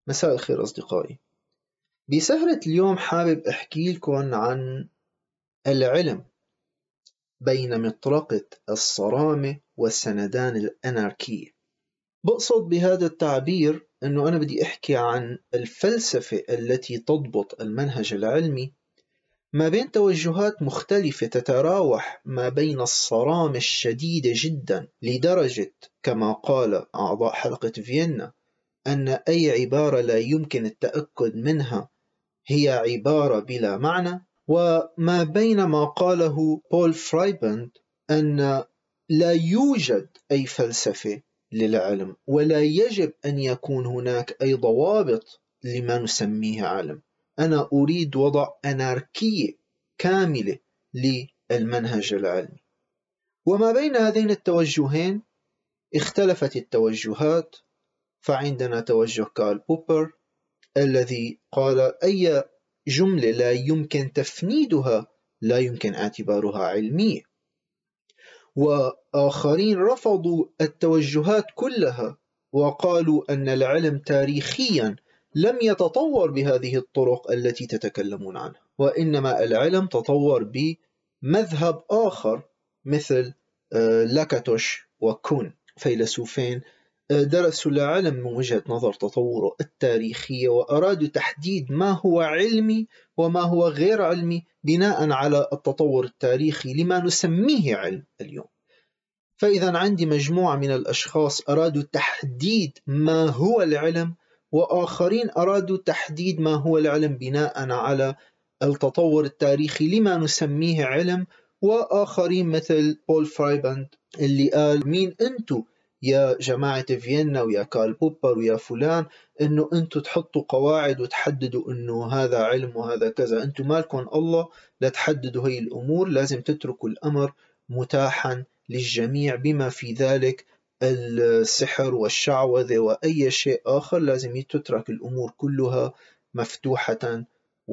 مساء الخير أصدقائي. بسهرة اليوم حابب أحكي لكم عن العلم بين مطرقة الصرامة والسندان الأناركية. بقصد بهذا التعبير أنه أنا بدي أحكي عن الفلسفة التي تضبط المنهج العلمي ما بين توجهات مختلفة تتراوح ما بين الصرامة الشديدة جدا لدرجة كما قال أعضاء حلقة فيينا أن أي عبارة لا يمكن التأكد منها هي عبارة بلا معنى، وما بين ما قاله بول فرايبند أن لا يوجد أي فلسفة للعلم ولا يجب أن يكون هناك أي ضوابط لما نسميه علم. أنا أريد وضع أناركية كاملة للمنهج العلمي. وما بين هذين التوجهين اختلفت التوجهات، فعندنا توجه كارل بوبر الذي قال أي جملة لا يمكن تفنيدها لا يمكن اعتبارها علمية، وآخرين رفضوا التوجهات كلها وقالوا أن العلم تاريخيا لم يتطور بهذه الطرق التي تتكلمون عنها، وإنما العلم تطور بمذهب آخر مثل لاكاتوش وكون، فيلسوفين درسوا العلم من وجهة نظر تطوره التاريخية وأرادوا تحديد ما هو علمي وما هو غير علمي بناء على التطور التاريخي لما نسميه علم اليوم. فإذا عندي مجموعة من الأشخاص أرادوا تحديد ما هو العلم، وآخرين أرادوا تحديد ما هو العلم بناء على التطور التاريخي لما نسميه علم، وآخرين مثل بول فرايبند اللي قال مين أنتو يا جماعة فيينا ويا كارل بوبر ويا فلان أنه أنتو تحطوا قواعد وتحددوا أنه هذا علم وهذا كذا، أنتو مالكم الله لا تحددوا هاي الأمور، لازم تتركوا الأمر متاحا للجميع بما في ذلك السحر والشعوذة وأي شيء آخر، لازم تترك الأمور كلها مفتوحة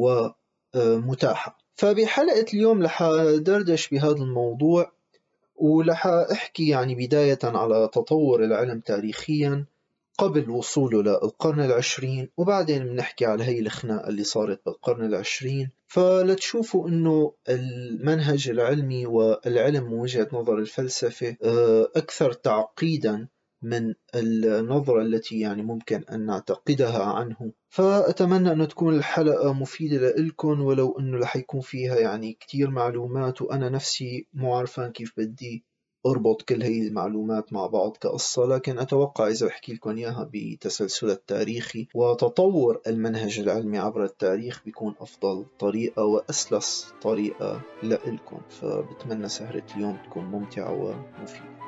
ومتاحة. فبحلقة اليوم رح دردش بهذا الموضوع، ورح أحكي بداية على تطور العلم تاريخيا قبل وصوله للقرن العشرين، وبعدين بنحكي على هاي الخناقة اللي صارت بالقرن العشرين، فلتشوفوا أنه المنهج العلمي والعلم من وجهة نظر الفلسفة أكثر تعقيدا من النظرة التي ممكن أن نعتقدها عنه. فأتمنى أن تكون الحلقة مفيدة لكم، ولو أنه رح يكون فيها كتير معلومات وأنا نفسي مو عارفان كيف بدي أربط كل هاي المعلومات مع بعض كقصة، لكن أتوقع إذا أحكي لكم إياها بتسلسل التاريخي وتطور المنهج العلمي عبر التاريخ بيكون أفضل طريقة وأسلس طريقة لإلكم. فبتمنى سهرة اليوم تكون ممتعة ومفيدة.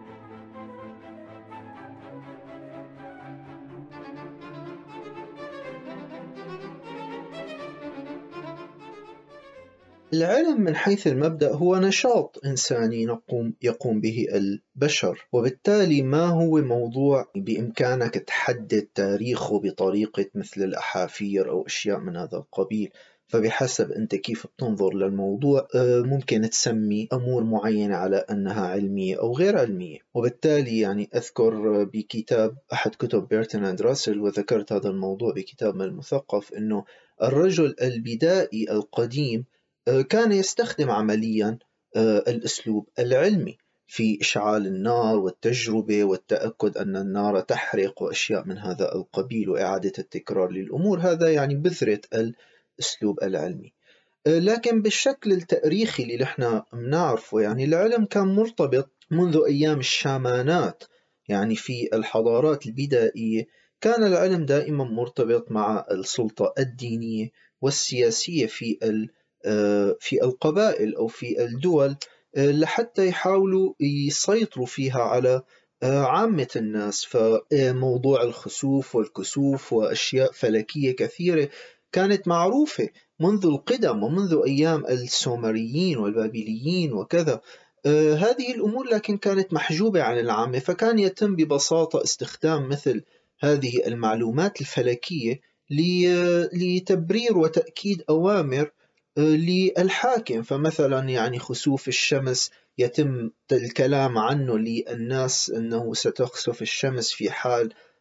العلم من حيث المبدأ هو نشاط إنساني يقوم به البشر، وبالتالي ما هو موضوع بإمكانك تحدد تاريخه بطريقة مثل الأحافير أو أشياء من هذا القبيل. فبحسب أنت كيف بتنظر للموضوع ممكن تسمي أمور معينة على أنها علمية أو غير علمية. وبالتالي أذكر بكتاب أحد كتب برتراند راسل، وذكرت هذا الموضوع بكتاب من المثقف، أنه الرجل البدائي القديم كان يستخدم عمليا الأسلوب العلمي في إشعال النار والتجربة والتأكد أن النار تحرق وأشياء من هذا القبيل وإعادة التكرار للأمور. هذا بذرة الأسلوب العلمي. لكن بالشكل التاريخي اللي نحن بنعرفه العلم كان مرتبط منذ أيام الشامانات. في الحضارات البدائية كان العلم دائما مرتبط مع السلطة الدينية والسياسية في القبائل أو في الدول، لحتى يحاولوا يسيطروا فيها على عامة الناس. فموضوع الخسوف والكسوف وأشياء فلكية كثيرة كانت معروفة منذ القدم ومنذ أيام السومريين والبابليين وكذا. هذه الأمور لكن كانت محجوبة عن العامة، فكان يتم ببساطة استخدام مثل هذه المعلومات الفلكية لتبرير وتأكيد أوامر للحاكم. فمثلا خسوف الشمس يتم الكلام عنه للناس أنه ستخسف الشمس في حال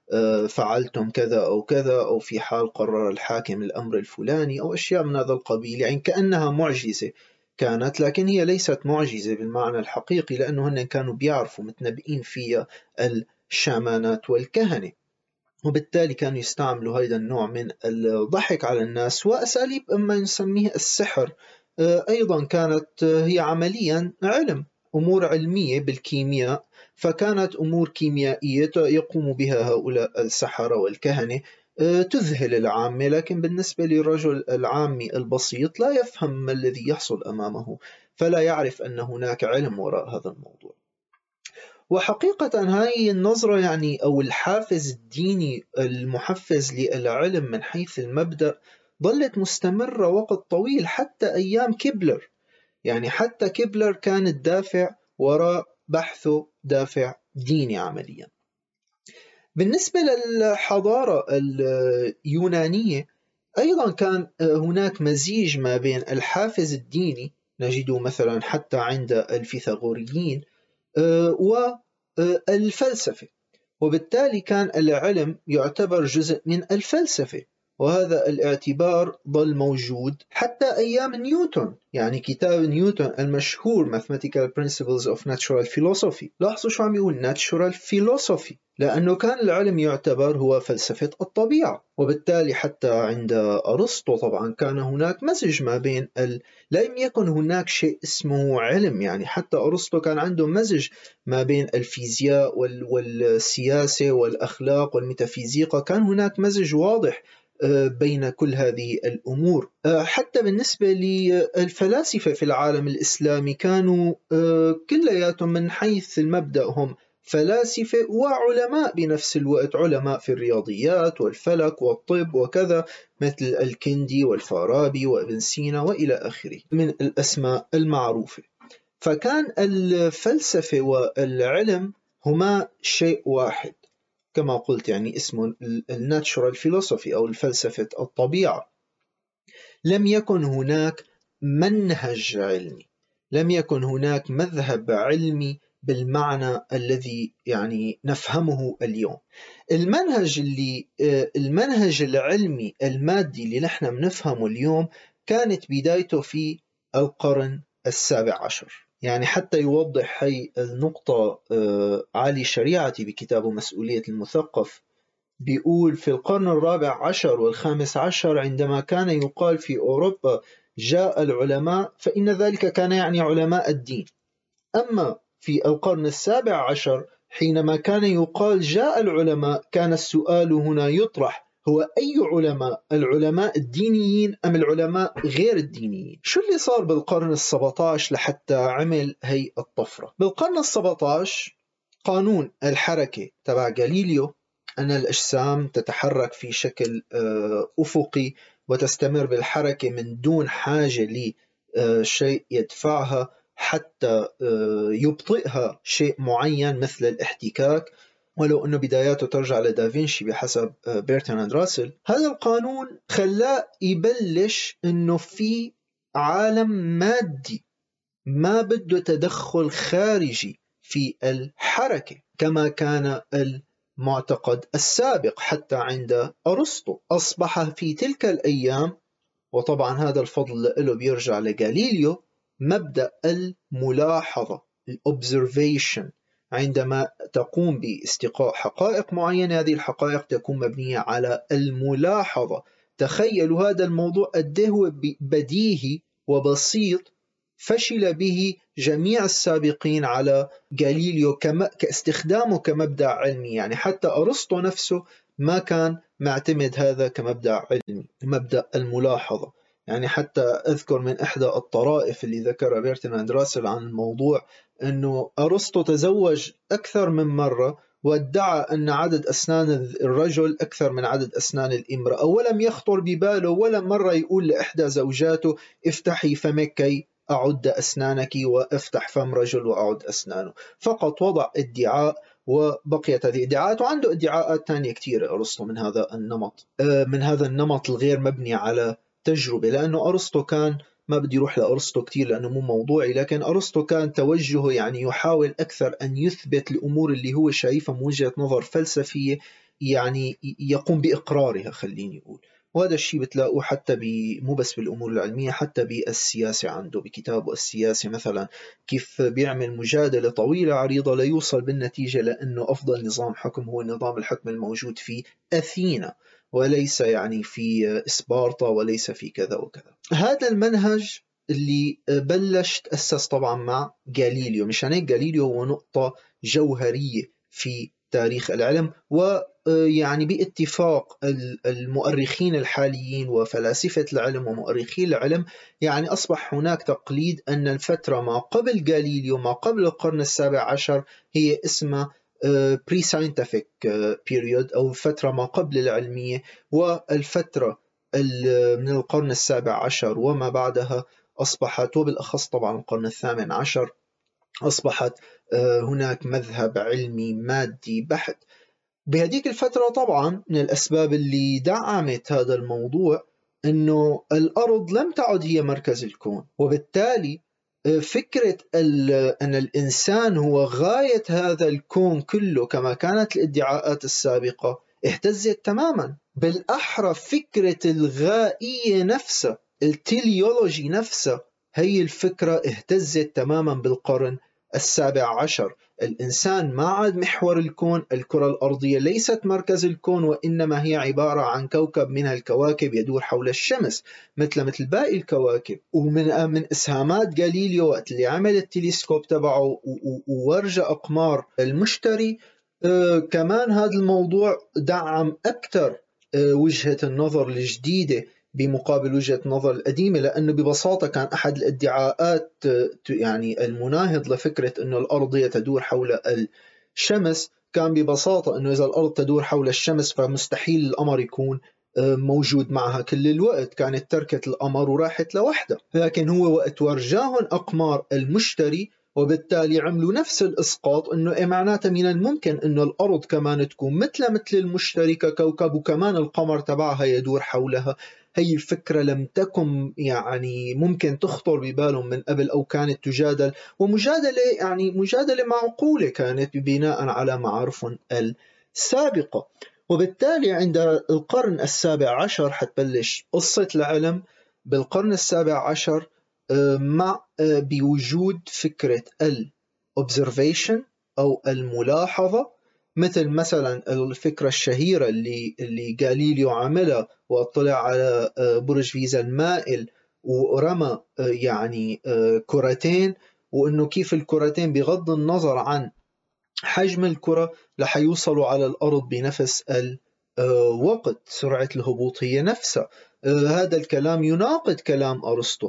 فعلتم كذا أو كذا، أو في حال قرر الحاكم الأمر الفلاني، أو أشياء من هذا القبيل، يعني كأنها معجزة كانت، لكن هي ليست معجزة بالمعنى الحقيقي، لأنه هن كانوا بيعرفوا متنبئين فيها الشامانات والكهنة، وبالتالي كانوا يستعملوا هذا النوع من الضحك على الناس وأساليب ما نسميه السحر. أيضا كانت هي عمليا علم، أمور علمية بالكيمياء، فكانت أمور كيميائية يقوم بها هؤلاء السحرة والكهنة تذهل العامة، لكن بالنسبة للرجل العامي البسيط لا يفهم ما الذي يحصل أمامه، فلا يعرف أن هناك علم وراء هذا الموضوع. وحقيقة هاي النظرة يعني أو الحافز الديني المحفز للعلم من حيث المبدأ ظلت مستمرة وقت طويل حتى أيام كيبلر. يعني حتى كيبلر كان الدافع وراء بحثه دافع ديني عمليا. بالنسبة للحضارة اليونانية أيضا كان هناك مزيج ما بين الحافز الديني، نجده مثلا حتى عند الفيثاغوريين، والفلسفة، وبالتالي كان العلم يعتبر جزء من الفلسفة، وهذا الاعتبار ظل موجود حتى أيام نيوتن. يعني كتاب نيوتن المشهور Mathematical Principles of Natural Philosophy، لاحظوا شو عم يقول Natural Philosophy، لأنه كان العلم يعتبر هو فلسفة الطبيعة. وبالتالي حتى عند أرسطو طبعا كان هناك مزج ما بين لم يكن هناك شيء اسمه علم، يعني حتى أرسطو كان عنده مزج ما بين الفيزياء والسياسة والأخلاق والميتافيزيقا، كان هناك مزج واضح بين كل هذه الأمور. حتى بالنسبة للفلاسفة في العالم الإسلامي كانوا كلياتهم من حيث المبدأ هم فلاسفة وعلماء بنفس الوقت، علماء في الرياضيات والفلك والطب وكذا، مثل الكندي والفارابي وابن سينا وإلى آخره من الأسماء المعروفة. فكان الفلسفة والعلم هما شيء واحد كما قلت، يعني اسمه الناتشورال فيلوسوفي أو الفلسفة الطبيعة. لم يكن هناك منهج علمي، لم يكن هناك مذهب علمي بالمعنى الذي يعني نفهمه اليوم. المنهج العلمي المادي اللي نحن بنفهمه اليوم كانت بدايته في القرن ال17. يعني حتى يوضح هاي النقطة علي شريعتي بكتابه مسؤولية المثقف، بيقول في القرن ال14 وال15 عندما كان يقال في أوروبا جاء العلماء، فإن ذلك كان يعني علماء الدين. أما في القرن ال17 حينما كان يقال جاء العلماء، كان السؤال هنا يطرح، هو أي علماء؟ العلماء الدينيين أم العلماء غير الدينيين؟ شو اللي صار بالقرن ال17 لحتى عمل هي الطفرة؟ بالقرن ال17 قانون الحركة تبع غاليليو، أن الأجسام تتحرك في شكل أفقي وتستمر بالحركة من دون حاجة لشيء يدفعها حتى يبطئها شيء معين مثل الاحتكاك، ولو أنه بداياته ترجع لدافنشي بحسب برتراند راسل. هذا القانون خلاه يبلش أنه في عالم مادي ما بده تدخل خارجي في الحركة كما كان المعتقد السابق حتى عند أرسطو. أصبح في تلك الأيام، وطبعا هذا الفضل له بيرجع لغاليليو، مبدأ الملاحظة الobservation. عندما تقوم باستقاء حقائق معينة، هذه الحقائق تكون مبنية على الملاحظة. تخيلوا هذا الموضوع قد هو بديهي وبسيط، فشل به جميع السابقين على غاليليو كاستخدامه كمبدأ علمي. يعني حتى أرسطو نفسه ما كان معتمد هذا كمبدأ علمي، مبدأ الملاحظة. يعني حتى أذكر من إحدى الطرائف اللي ذكرها برتراند راسل عن الموضوع أنه أرسطو تزوج أكثر من مرة، وادعى أن عدد أسنان الرجل أكثر من عدد أسنان الإمرأة، ولم يخطر بباله ولا مرة يقول لإحدى زوجاته افتحي فمك كي أعد أسنانك، وأفتح فم رجل وأعد أسنانه. فقط وضع ادعاء وبقيت هذه ادعاءات، وعنده ادعاءات ثانية كثيرة أرسطو من هذا النمط الغير مبني على تجربة. لأنه أرسطو كان، ما بدي روح لأرسطو كتير لأنه مو موضوعي، لكن أرسطو كان توجهه يعني يحاول أكثر أن يثبت الأمور اللي هو شايفها من وجهة نظر فلسفية يعني يقوم بإقرارها خليني أقول. وهذا الشيء بتلاقوه حتى مو بس بالأمور العلمية، حتى بالسياسة. عنده بكتابه السياسة مثلا كيف بيعمل مجادلة طويلة عريضة ليوصل بالنتيجة لأنه أفضل نظام حكم هو نظام الحكم الموجود في أثينا، وليس يعني في إسبارتا، وليس في كذا وكذا. هذا المنهج اللي بلش تأسس طبعا مع غاليليو. مشان هيك غاليليو هو نقطة جوهرية في تاريخ العلم، ويعني باتفاق المؤرخين الحاليين وفلاسفة العلم ومؤرخي العلم، يعني أصبح هناك تقليد أن الفترة ما قبل غاليليو، ما قبل القرن السابع عشر، هي اسمها pre-scientific period أو فترة ما قبل العلمية، والفترة من القرن السابع عشر وما بعدها أصبحت، وبالأخص طبعا القرن الثامن عشر، أصبحت هناك مذهب علمي مادي بحت. بهذيك الفترة طبعا من الأسباب اللي دعمت هذا الموضوع أنه الأرض لم تعد هي مركز الكون، وبالتالي فكرة أن الإنسان هو غاية هذا الكون كله كما كانت الادعاءات السابقة اهتزت تماما. بالأحرى فكرة الغائية نفسها، التيليولوجي نفسها، هي الفكرة اهتزت تماما بالقرن السابع عشر. الإنسان ما عاد محور الكون، الكرة الأرضية ليست مركز الكون، وإنما هي عبارة عن كوكب من الكواكب يدور حول الشمس مثل باقي الكواكب. ومن إسهامات غاليليو وقت اللي عمل التلسكوب تبعه وورجى أقمار المشتري، كمان هذا الموضوع دعم أكثر وجهة النظر الجديدة بمقابل وجهة النظر القديمة، لأنه ببساطة كان أحد الادعاءات يعني المناهض لفكرة أنه الأرض تدور حول الشمس كان ببساطة أنه إذا الأرض تدور حول الشمس فمستحيل القمر يكون موجود معها كل الوقت، كانت تركت القمر وراحت لوحدها. لكن هو وقت ورجاهن أقمار المشتري وبالتالي عملوا نفس الإسقاط، إنه معناته من الممكن إنه الأرض كمان تكون مثل المشتري ككوكب، وكمان القمر تبعها يدور حولها. هي الفكرة لم تكن يعني ممكن تخطر ببالهم من قبل، أو كانت تجادل، ومجادلة يعني مجادلة معقولة كانت بناء على معارفهم السابقة. وبالتالي عند القرن السابع عشر حتبلش قصة العلم. بالقرن السابع عشر مع بوجود فكرة observation أو الملاحظة، مثلا الفكرة الشهيرة اللي غاليليو عملها واطلع على برج بيزا المائل ورمى يعني كرتين، وإنه كيف الكرتين بغض النظر عن حجم الكرة رح يوصلوا على الأرض بنفس الوقت، سرعة الهبوط هي نفسها. هذا الكلام يناقض كلام أرسطو.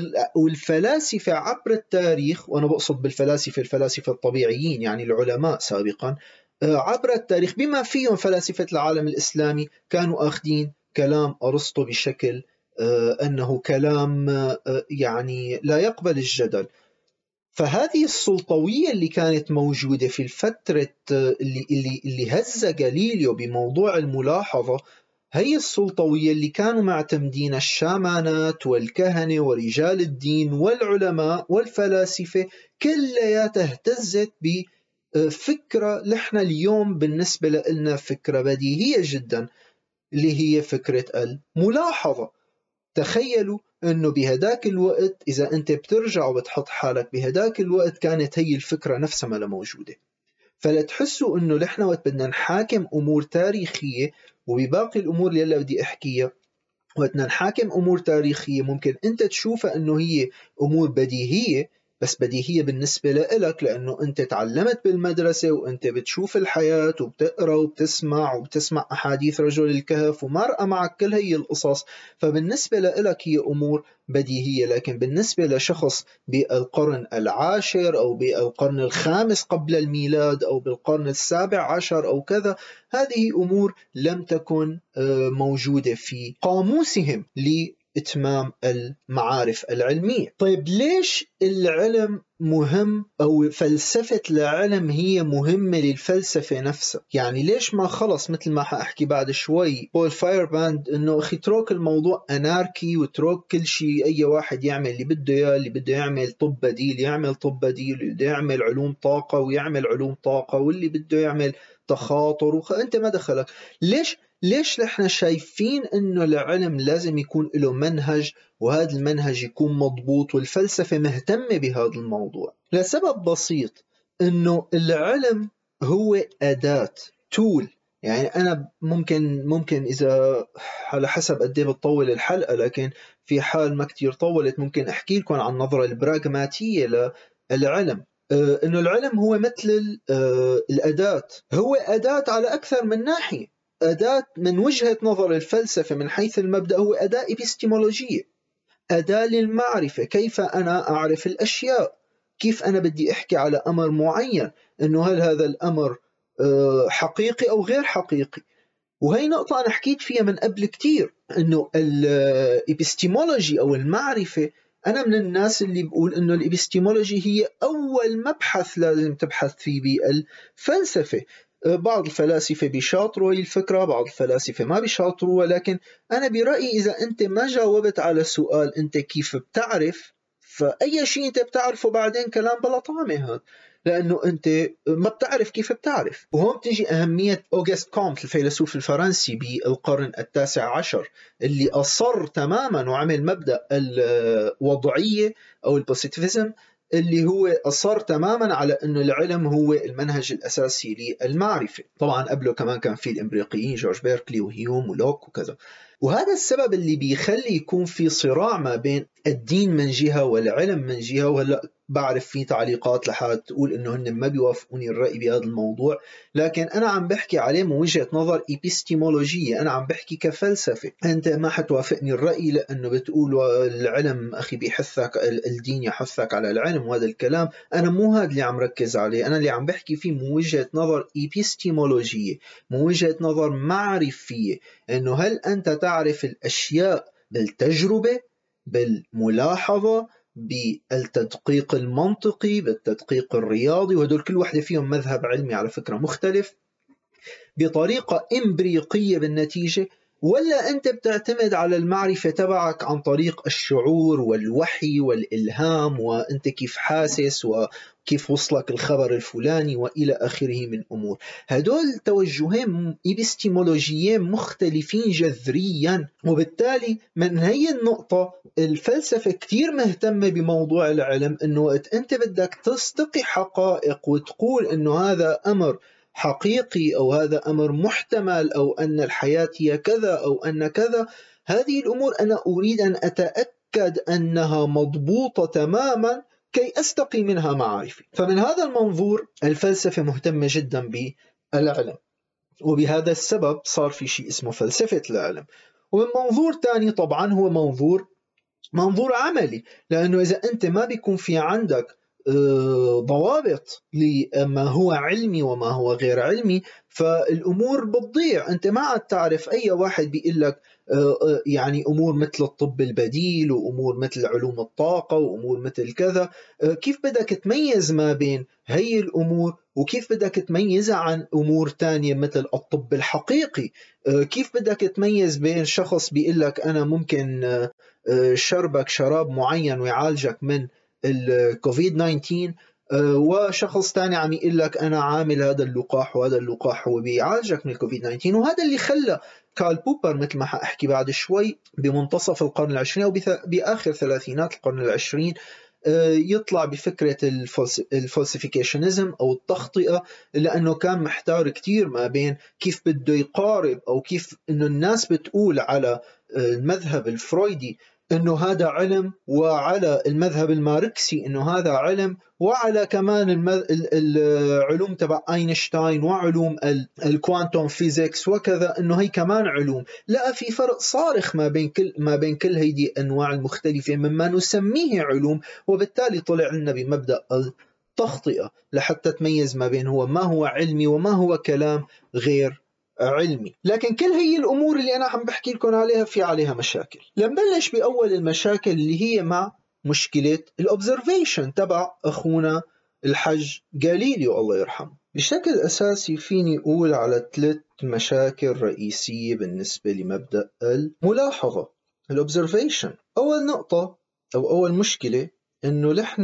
والفلاسفة عبر التاريخ، وأنا بقصد بالفلاسفة الفلاسفة الطبيعيين يعني العلماء سابقا عبر التاريخ بما فيهم فلاسفة العالم الإسلامي، كانوا أخذين كلام أرسطو بشكل أنه كلام يعني لا يقبل الجدل. فهذه السلطوية اللي كانت موجودة في الفترة اللي هز غاليليو بموضوع الملاحظة، هي السلطوية اللي كانوا معتمدين الشامانات والكهنة ورجال الدين والعلماء والفلاسفة، كلياتها اهتزت بفكرة نحن اليوم بالنسبة لنا فكرة بديهية جدا، اللي هي فكرة الملاحظة. تخيلوا أنه بهداك الوقت إذا أنت بترجع وبتحط حالك بهداك الوقت كانت هي الفكرة نفسها ما موجودة. فلا تحسوا أنه نحن وقت بدنا نحاكم أمور تاريخية، وبباقي الأمور اللي بدي أحكيها، وقت بدنا نحاكم أمور تاريخية ممكن أنت تشوفها أنه هي أمور بديهية، بس بديهية بالنسبة لك لأنه أنت تعلمت بالمدرسة وأنت بتشوف الحياة وبتقرأ وبتسمع أحاديث رجل الكهف ومرأة معك كل هي القصص، فبالنسبة لك هي أمور بديهية. لكن بالنسبة لشخص بالقرن العاشر أو بالقرن الخامس قبل الميلاد أو بالقرن السابع عشر أو كذا، هذه أمور لم تكن موجودة في قاموسهم إتمام المعارف العلمية. طيب ليش العلم مهم، أو فلسفة العلم هي مهمة للفلسفة نفسها؟ يعني ليش ما خلص مثل ما حأحكي بعد شوي بول فايرباند إنه أخي اترك الموضوع أناركي واترك كل شيء، أي واحد يعمل اللي بده إياه، اللي بده يعمل طب بديل يعمل طب بديل، اللي بده يعمل علوم طاقة ويعمل علوم طاقة، واللي بده يعمل التخاطر أنت ما دخلك. ليش نحن شايفين إنه العلم لازم يكون له منهج، وهذا المنهج يكون مضبوط، والفلسفة مهتمة بهذا الموضوع؟ لسبب بسيط، إنه العلم هو أداة، تول. يعني أنا ممكن إذا على حسب قد ايه بتطول الحلقة، لكن في حال ما كتير طولت ممكن أحكي لكم عن النظرة البراغماتية للعلم. إنه العلم هو مثل الأداة، هو أداة على أكثر من ناحية. أداة من وجهة نظر الفلسفة من حيث المبدأ هو أداة إبستيمولوجية، أداة للمعرفة، كيف أنا أعرف الأشياء، كيف أنا بدي أحكي على أمر معين، إنه هل هذا الأمر حقيقي أو غير حقيقي. وهي نقطة أنا حكيت فيها من قبل كتير، إنه الإبستيمولوجي أو المعرفة، أنا من الناس اللي بقول إنه الإبستيمولوجي هي أول مبحث لازم تبحث فيه بالفلسفة. بعض الفلاسفة بيشاطروا هي الفكرة، بعض الفلاسفة ما بيشاطروا، ولكن أنا برأيي إذا أنت ما جاوبت على سؤال أنت كيف بتعرف، فأي شيء أنت بتعرفه بعدين كلام بلا طعمه هذا، لأنه أنت ما بتعرف كيف بتعرف. وهون تجي أهمية أوغست كومت الفيلسوف الفرنسي بالقرن ال19 اللي أصر تماما وعمل مبدأ الوضعية أو البوزيتيفيزم، اللي هو أصر تماما على أنه العلم هو المنهج الأساسي للمعرفة. طبعا قبله كمان كان في الإمبريقيين جورج بيركلي وهيوم ولوك وكذا. وهذا السبب اللي بيخلي يكون في صراع ما بين الدين من جهة والعلم من جهة. وهلا بعرف في تعليقات لحد تقول انه هن ما بيوافقوني الرأي بهذا الموضوع، لكن انا عم بحكي عليه من وجهة نظر إبستيمولوجية، انا عم بحكي كفلسفة. انت ما حتوافقني الرأي لانه بتقول العلم اخي بيحثك، الدين يحثك على العلم، وهذا الكلام انا مو هذا اللي عم ركز عليه. انا اللي عم بحكي فيه من وجهة نظر إبستيمولوجية، من وجهة نظر معرفية، انه هل انت تعرف الاشياء بالتجربة، بالملاحظة، بالتدقيق المنطقي، بالتدقيق الرياضي، وهدول كل واحدة فيهم مذهب علمي على فكرة مختلف، بطريقة إمبريقية بالنتيجة، ولا أنت بتعتمد على المعرفة تبعك عن طريق الشعور والوحي والإلهام، وأنت كيف حاسس وكيف وصلك الخبر الفلاني وإلى آخره من أمور. هدول توجهين إبستيمولوجيين مختلفين جذريا. وبالتالي من هي النقطة الفلسفة كتير مهتمة بموضوع العلم، أنه وقت أنت بدك تستقي حقائق وتقول أنه هذا أمر حقيقي أو هذا أمر محتمل أو أن الحياة هي كذا أو أن كذا، هذه الأمور أنا أريد أن أتأكد أنها مضبوطة تماما كي أستقي منها معارفي. فمن هذا المنظور الفلسفة مهتمة جدا بالعلم، وبهذا السبب صار في شيء اسمه فلسفة العلم. ومن منظور تاني طبعا هو منظور عملي، لأنه إذا أنت ما بيكون في عندك ضوابط لما هو علمي وما هو غير علمي، فالأمور بتضيع. أنت ما عاد تعرف، أي واحد بيقول لك يعني أمور مثل الطب البديل وأمور مثل علوم الطاقة وأمور مثل كذا، كيف بدك تميز ما بين هي الأمور، وكيف بدك تميزها عن أمور تانية مثل الطب الحقيقي؟ كيف بدك تميز بين شخص بيقول لك أنا ممكن شربك شراب معين ويعالجك من الكوفيد 19، وشخص تاني عم يقول لك أنا عامل هذا اللقاح وهذا اللقاح هو بيعالجك من الكوفيد 19. وهذا اللي خلى كارل بوبر مثل ما حأحكي بعد شوي بمنتصف القرن العشرين أو بآخر ثلاثينات القرن العشرين يطلع بفكرة الفالسيفيكيشنزم أو التخطئة، لأنه كان محتار كتير ما بين كيف بده يقارب، أو كيف إنه الناس بتقول على المذهب الفرويدي إنه هذا علم، وعلى المذهب الماركسي إنه هذا علم، وعلى كمان العلوم تبع أينشتاين وعلوم الكوانتوم فيزيكس وكذا إنه هي كمان علوم. لا، في فرق صارخ ما بين كل هذه الأنواع المختلفة مما نسميه علوم. وبالتالي طلع لنا بمبدأ التخطئة لحتى تميز ما بين ما هو علمي وما هو كلام غير علمي. لكن كل هي الأمور اللي أنا عم بحكي لكم عليها في عليها مشاكل. لنبلش بأول المشاكل اللي هي مع مشكلة الأوبزرفيشن تبع أخونا الحج غاليليو الله يرحمه. بشكل أساسي فيني أقول على 3 مشاكل رئيسية بالنسبة لمبدأ الملاحظة الأوبزرفيشن. أول نقطة أو أول مشكلة إنه نحن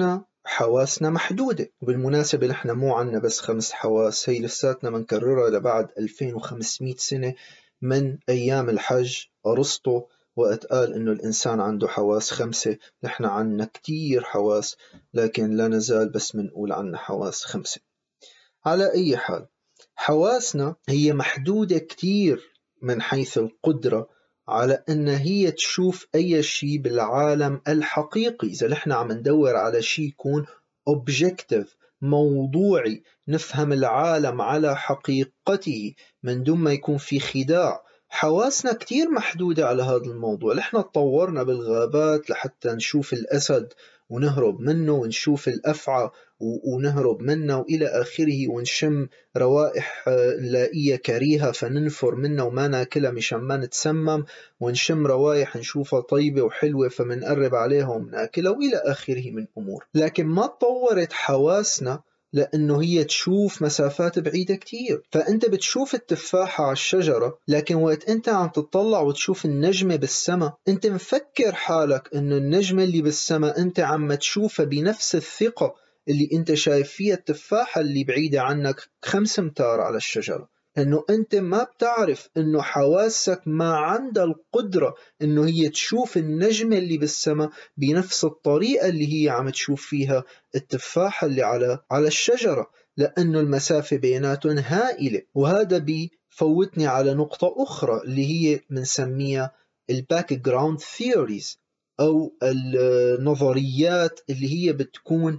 حواسنا محدودة. وبالمناسبة نحن مو عنا بس 5 حواس، هي لساتنا منكررها لبعد 2500 سنة من أيام الحج. أرسطو وقت قال إنه الإنسان عنده حواس 5، نحن عنا كتير حواس، لكن لا نزال بس منقول عنا حواس 5. على أي حال، حواسنا هي محدودة كتير من حيث القدرة على أن هي تشوف أي شيء بالعالم الحقيقي. إذا نحن عم ندور على شيء يكون objective، موضوعي، نفهم العالم على حقيقته من دون ما يكون في خداع، حواسنا كتير محدودة على هذا الموضوع. نحن تطورنا بالغابات لحتى نشوف الأسد ونهرب منه، ونشوف الأفعى ونهرب منه وإلى آخره، ونشم روائح نلاقيها كريهة فننفر منها وما ناكلها مشان ما نتسمم، ونشم روائح نشوفها طيبة وحلوة فمنقرب عليها ومناكلها وإلى آخره من أمور. لكن ما تطورت حواسنا لأنه هي تشوف مسافات بعيدة كتير. فأنت بتشوف التفاحة على الشجرة، لكن وقت أنت عم تطلع وتشوف النجمة بالسماء، أنت مفكر حالك أنه النجمة اللي بالسماء أنت عم تشوفها بنفس الثقة اللي أنت شايف فيها التفاحة اللي بعيدة عنك 5 أمتار على الشجرة. أنه أنت ما بتعرف أنه حواسك ما عندها القدرة أنه هي تشوف النجمة اللي بالسماء بنفس الطريقة اللي هي عم تشوف فيها التفاحة اللي على الشجرة، لأنه المسافة بيناتهم هائلة. وهذا بيفوتني على نقطة أخرى اللي هي بنسميها الباك جراوند ثيوريز، أو النظريات اللي هي بتكون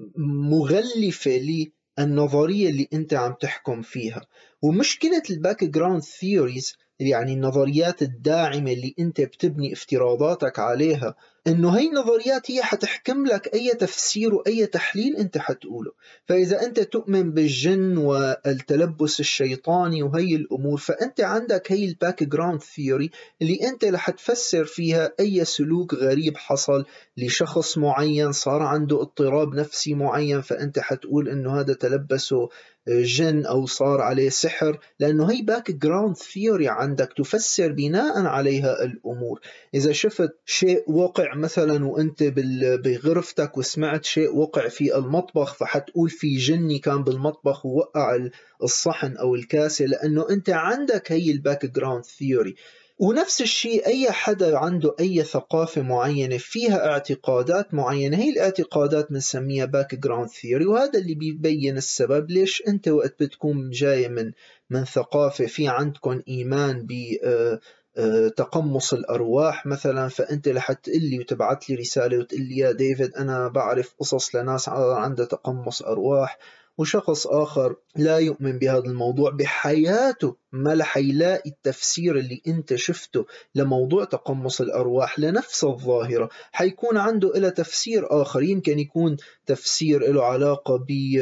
مغلفة للنظرية اللي أنت عم تحكم فيها. ومشكلة الباك جراوند ثيوريز، يعني النظريات الداعمة اللي أنت بتبني افتراضاتك عليها، إنه هي النظريات هي حتحكم لك أي تفسير وأي تحليل أنت حتقوله. فإذا أنت تؤمن بالجن والتلبس الشيطاني وهي الأمور، فأنت عندك هي الباك جراوند ثيوري اللي أنت رح تفسر فيها أي سلوك غريب حصل لشخص معين، صار عنده اضطراب نفسي معين، فأنت حتقول إنه هذا تلبسه جن أو صار عليه سحر، لأنه هي باك جراوند ثيوري عندك تفسر بناء عليها الأمور. إذا شفت شيء وقع مثلا وأنت بغرفتك وسمعت شيء وقع في المطبخ، فحتقول في جني كان بالمطبخ ووقع الصحن أو الكاسة، لأنه أنت عندك هي الباك جراوند ثيوري. ونفس الشيء أي حدا عنده أي ثقافة معينة فيها اعتقادات معينة، هي الاعتقادات بنسميها باك جراوند ثيوري. وهذا اللي بيبين السبب ليش أنت وقت بتكون جاي من ثقافة في عندكم إيمان تقمص الأرواح مثلا، فأنت رح تقلي وتبعت لي رسالة وتقول لي يا ديفيد أنا بعرف قصص لناس عندها تقمص أرواح، وشخص آخر لا يؤمن بهذا الموضوع بحياته ما رح يلاقي التفسير اللي أنت شفته لموضوع تقمص الأرواح لنفس الظاهرة. حيكون عنده إلى تفسير آخر، يمكن يكون تفسير له علاقة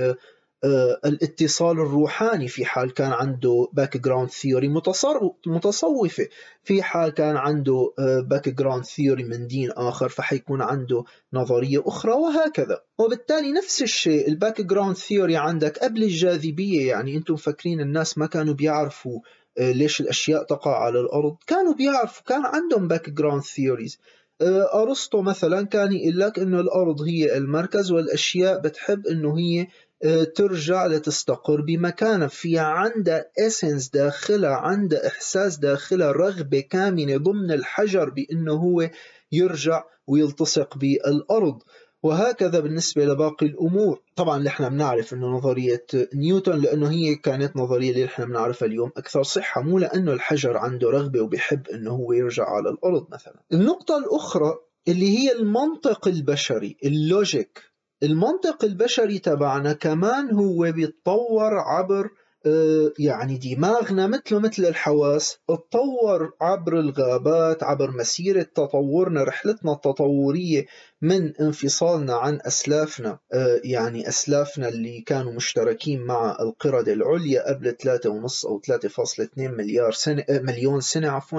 الاتصال الروحاني في حال كان عنده باك جراوند ثيوري متصوفة، في حال كان عنده باك جراوند ثيوري من دين آخر فحيكون عنده نظرية أخرى، وهكذا. وبالتالي نفس الشيء الباك جراوند ثيوري عندك قبل الجاذبية. يعني أنتم فاكرين الناس ما كانوا بيعرفوا ليش الأشياء تقع على الأرض؟ كانوا بيعرفوا، كان عندهم باك جراوند ثيوريز. أرسطو مثلا كان يقول لك إنه الأرض هي المركز، والأشياء بتحب إنه هي ترجع لتستقر بمكانها، في عندها اسنس داخلها، عندها إحساس داخلها، رغبة كامنة ضمن الحجر بأنه هو يرجع ويلتصق بالأرض. وهكذا بالنسبة لباقي الأمور. طبعا نحن بنعرف أنه نظرية نيوتن لأنه هي كانت نظرية اللي نحن بنعرفها اليوم أكثر صحة، مو لأنه الحجر عنده رغبة وبيحب أنه هو يرجع على الأرض مثلا. النقطة الأخرى اللي هي المنطق البشري، اللوجيك. المنطق البشري تبعنا كمان هو بيتطور عبر يعني دماغنا مثل الحواس، اتطور عبر الغابات، عبر مسيرة تطورنا، رحلتنا التطورية من انفصالنا عن أسلافنا، يعني أسلافنا اللي كانوا مشتركين مع القردة العليا قبل 3.5 أو 3.2 مليون سنة عفوا،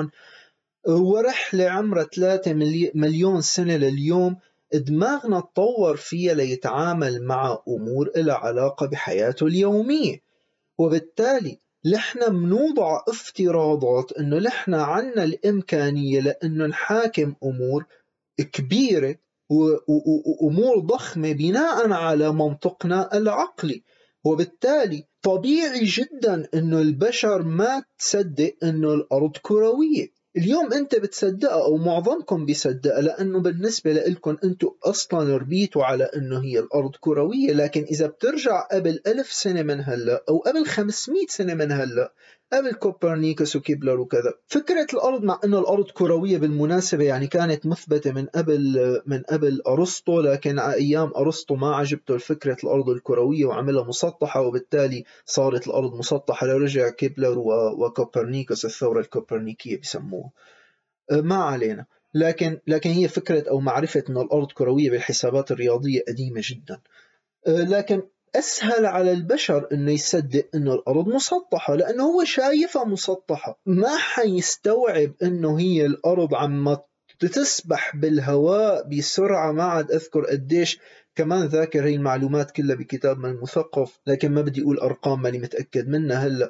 ورحلة عمرها 3 مليون سنة لليوم دماغنا تطور فيها ليتعامل مع أمور إلها علاقة بحياته اليومية. وبالتالي نحن منوضع افتراضات إنه نحن عنا الإمكانية لأنه نحاكم أمور كبيرة وأمور ضخمة بناء على منطقنا العقلي. وبالتالي طبيعي جدا أنه البشر ما تصدق أنه الأرض كروية. اليوم أنت بتصدقها أو معظمكم بيصدقها لأنه بالنسبة لكم أنتم أصلا ربيتوا على أنه هي الأرض كروية. لكن إذا بترجع قبل 1000 سنة من هلأ أو قبل 500 سنة من هلأ، قبل كوبرنيكوس وكيبلر وكذا، فكرة الأرض، مع أنه الأرض كروية بالمناسبة يعني كانت مثبتة من قبل أرسطو، لكن على أيام أرسطو ما عجبته فكرة الأرض الكروية وعملها مسطحة، وبالتالي صارت الأرض مسطحة. لرجع كيبلر وكوبرنيكوس الثورة الكوبرنيكية بسموها. ما علينا. لكن هي فكرة أو معرفة أن الأرض كروية بالحسابات الرياضية قديمة جدا. لكن أسهل على البشر أنه يصدق أنه الأرض مسطحة لأنه هو شايفها مسطحة. ما حيستوعب أنه هي الأرض عم تسبح بالهواء بسرعة، ما عاد أذكر قديش، كمان ذاكر هي المعلومات كلها بكتاب من المثقف، لكن ما بدي أقول أرقام ماني متأكد منها هلأ.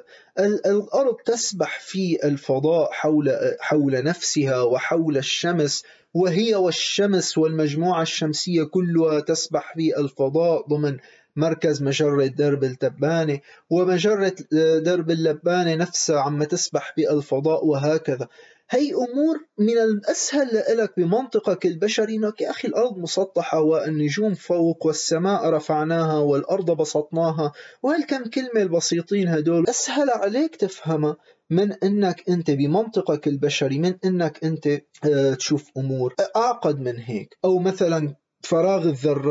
الأرض تسبح في الفضاء حول نفسها وحول الشمس، وهي والشمس والمجموعة الشمسية كلها تسبح في الفضاء ضمن مركز مجرة درب التبانة، ومجرة درب اللبانة نفسها عم تسبح بالفضاء، وهكذا. هي أمور من الأسهل لك بمنطقك البشري إنك يا أخي الأرض مسطحة والنجوم فوق والسماء رفعناها والأرض بسطناها، وهالكم كلمة البسيطين هدول أسهل عليك تفهمها من أنك أنت بمنطقك البشري، من أنك أنت تشوف أمور أعقد من هيك. أو مثلا فراغ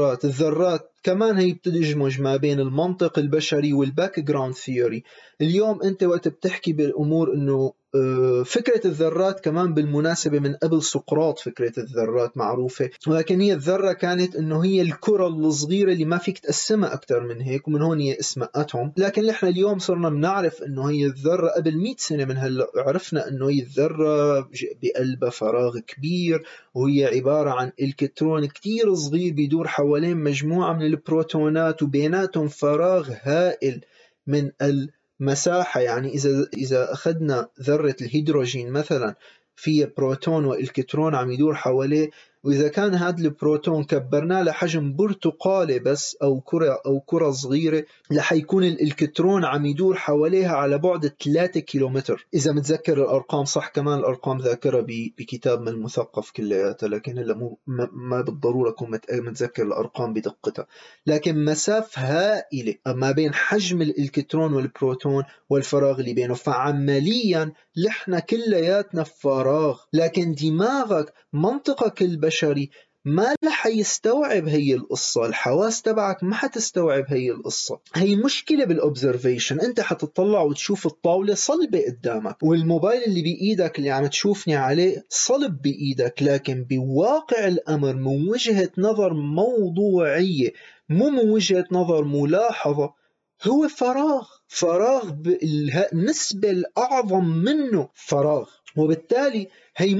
الذرات كمان هي بتدمج ما بين المنطق البشري والباك جراوند ثيوري. اليوم أنت وقت بتحكي بالأمور أنه فكرة الذرات كمان بالمناسبة من قبل سقراط فكرة الذرات معروفة، ولكن هي الذرة كانت أنه هي الكرة الصغيرة اللي ما فيك تقسمها أكتر من هيك، ومن هون هي اسمها أتوم. لكن نحن اليوم صرنا بنعرف أنه هي الذرة قبل 100 سنة من هلأ عرفنا أنه هي الذرة بقلبها فراغ كبير، وهي عبارة عن إلكترون كتير صغير بيدور حوالين مجموعة من البروتونات وبيناتهم فراغ هائل من المساحة. يعني إذا أخذنا ذرة الهيدروجين مثلا، فيه بروتون وإلكترون عم يدور حواليه، وإذا كان هذا البروتون كبرناه لحجم برتقالة بس أو كرة صغيرة، رح يكون الإلكترون عم يدور حواليها على بعد 3 كيلومتر. إذا متذكر الأرقام صح، كمان الأرقام ذاكرة بكتاب من المثقف كلياتها، لكن هلا ما بالضرورة أكون متذكر الأرقام بدقتها. لكن مسافة هائلة ما بين حجم الإلكترون والبروتون والفراغ اللي بينه، فعمليا نحن كلياتنا فراغ. لكن دماغك منطقك البشري ما رح يستوعب هي القصة، الحواس تبعك ما حتستوعب هي القصة. هي مشكلة بالأوبزرفيشن. انت حتطلع وتشوف الطاولة صلبة قدامك، والموبايل اللي بإيدك اللي عم تشوفني عليه صلب بإيدك، لكن بواقع الأمر من وجهة نظر موضوعية، مو من وجهة نظر ملاحظة، هو فراغ النسبة الأعظم منه فراغ. وبالتالي هي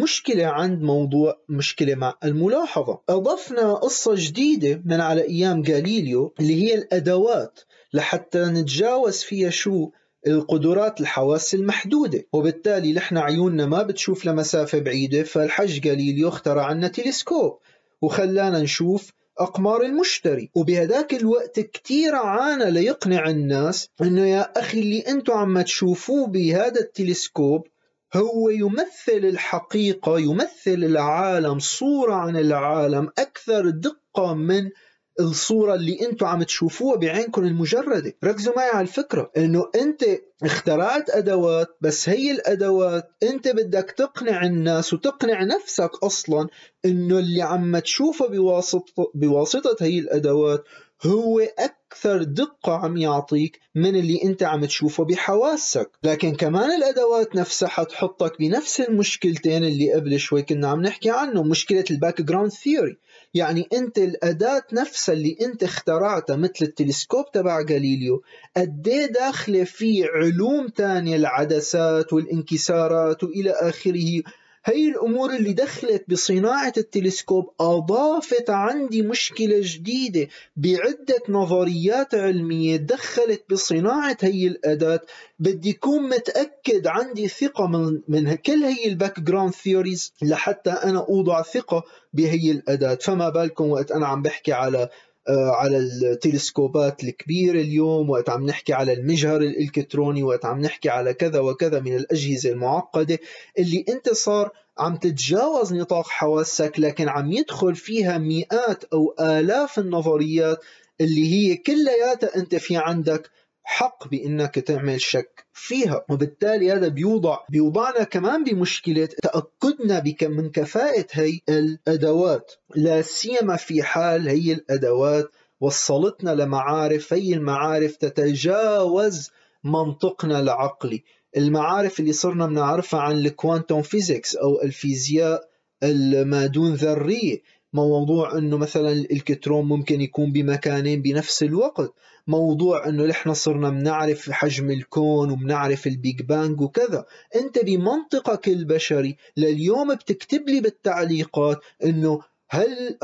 مشكلة مع الملاحظة. أضفنا قصة جديدة من على أيام غاليليو اللي هي الأدوات لحتى نتجاوز فيها القدرات الحواس المحدودة. وبالتالي نحن عيوننا ما بتشوف لمسافة بعيدة، فالحج غاليليو اخترع عنا تلسكوب وخلانا نشوف أقمار المشتري. وبهداك الوقت كتير عانى ليقنع الناس أنه يا أخي اللي أنتم عم تشوفوه بهذا التلسكوب هو يمثل الحقيقة، يمثل العالم، صورة عن العالم أكثر دقة من الصورة اللي أنتم عم تشوفوها بعينكم المجردة. ركزوا معي على الفكرة أنه أنت اخترعت أدوات، بس هي الأدوات أنت بدك تقنع الناس وتقنع نفسك أصلا أنه اللي عم تشوفه بواسطة هي الأدوات هو أكثر دقة عم يعطيك من اللي أنت عم تشوفه بحواسك. لكن كمان الأدوات نفسها حتحطك بنفس المشكلتين اللي قبل شوي كنا عم نحكي عنه، مشكلة الباك جراوند ثيوري. يعني أنت الأداة نفسها اللي أنت اخترعتها مثل التلسكوب تبع غاليليو قديه داخله في علوم تانية، العدسات والانكسارات وإلى آخره. هي الأمور اللي دخلت بصناعة التلسكوب أضافت عندي مشكلة جديدة بعدة نظريات علمية دخلت بصناعة هي الأداة. بدي يكون متأكد، عندي ثقة من كل هي الباك جراوند ثيوريز لحتى أنا أوضع ثقة بهي الأداة. فما بالكم وقت أنا عم بحكي على التلسكوبات الكبيرة اليوم، وقت عم نحكي على المجهر الإلكتروني، وقت عم نحكي على كذا وكذا من الأجهزة المعقدة اللي أنت صار عم تتجاوز نطاق حواسك، لكن عم يدخل فيها مئات أو آلاف النظريات اللي هي كلياتها أنت في عندك حق بأنك تعمل شك فيها. وبالتالي هذا بيوضعنا كمان بمشكلة تأكدنا من كفاءة هي الأدوات، لا سيما في حال هي الأدوات وصلتنا لمعارف، هي المعارف تتجاوز منطقنا العقلي. المعارف اللي صرنا بنعرفها عن الكوانتوم فيزيكس أو الفيزياء المادون ذرية، موضوع أنه مثلا الإلكترون ممكن يكون بمكانين بنفس الوقت، موضوع أنه نحن صرنا بنعرف حجم الكون وبنعرف البيج بانج وكذا. أنت بمنطقك البشري لليوم بتكتب لي بالتعليقات أنه هل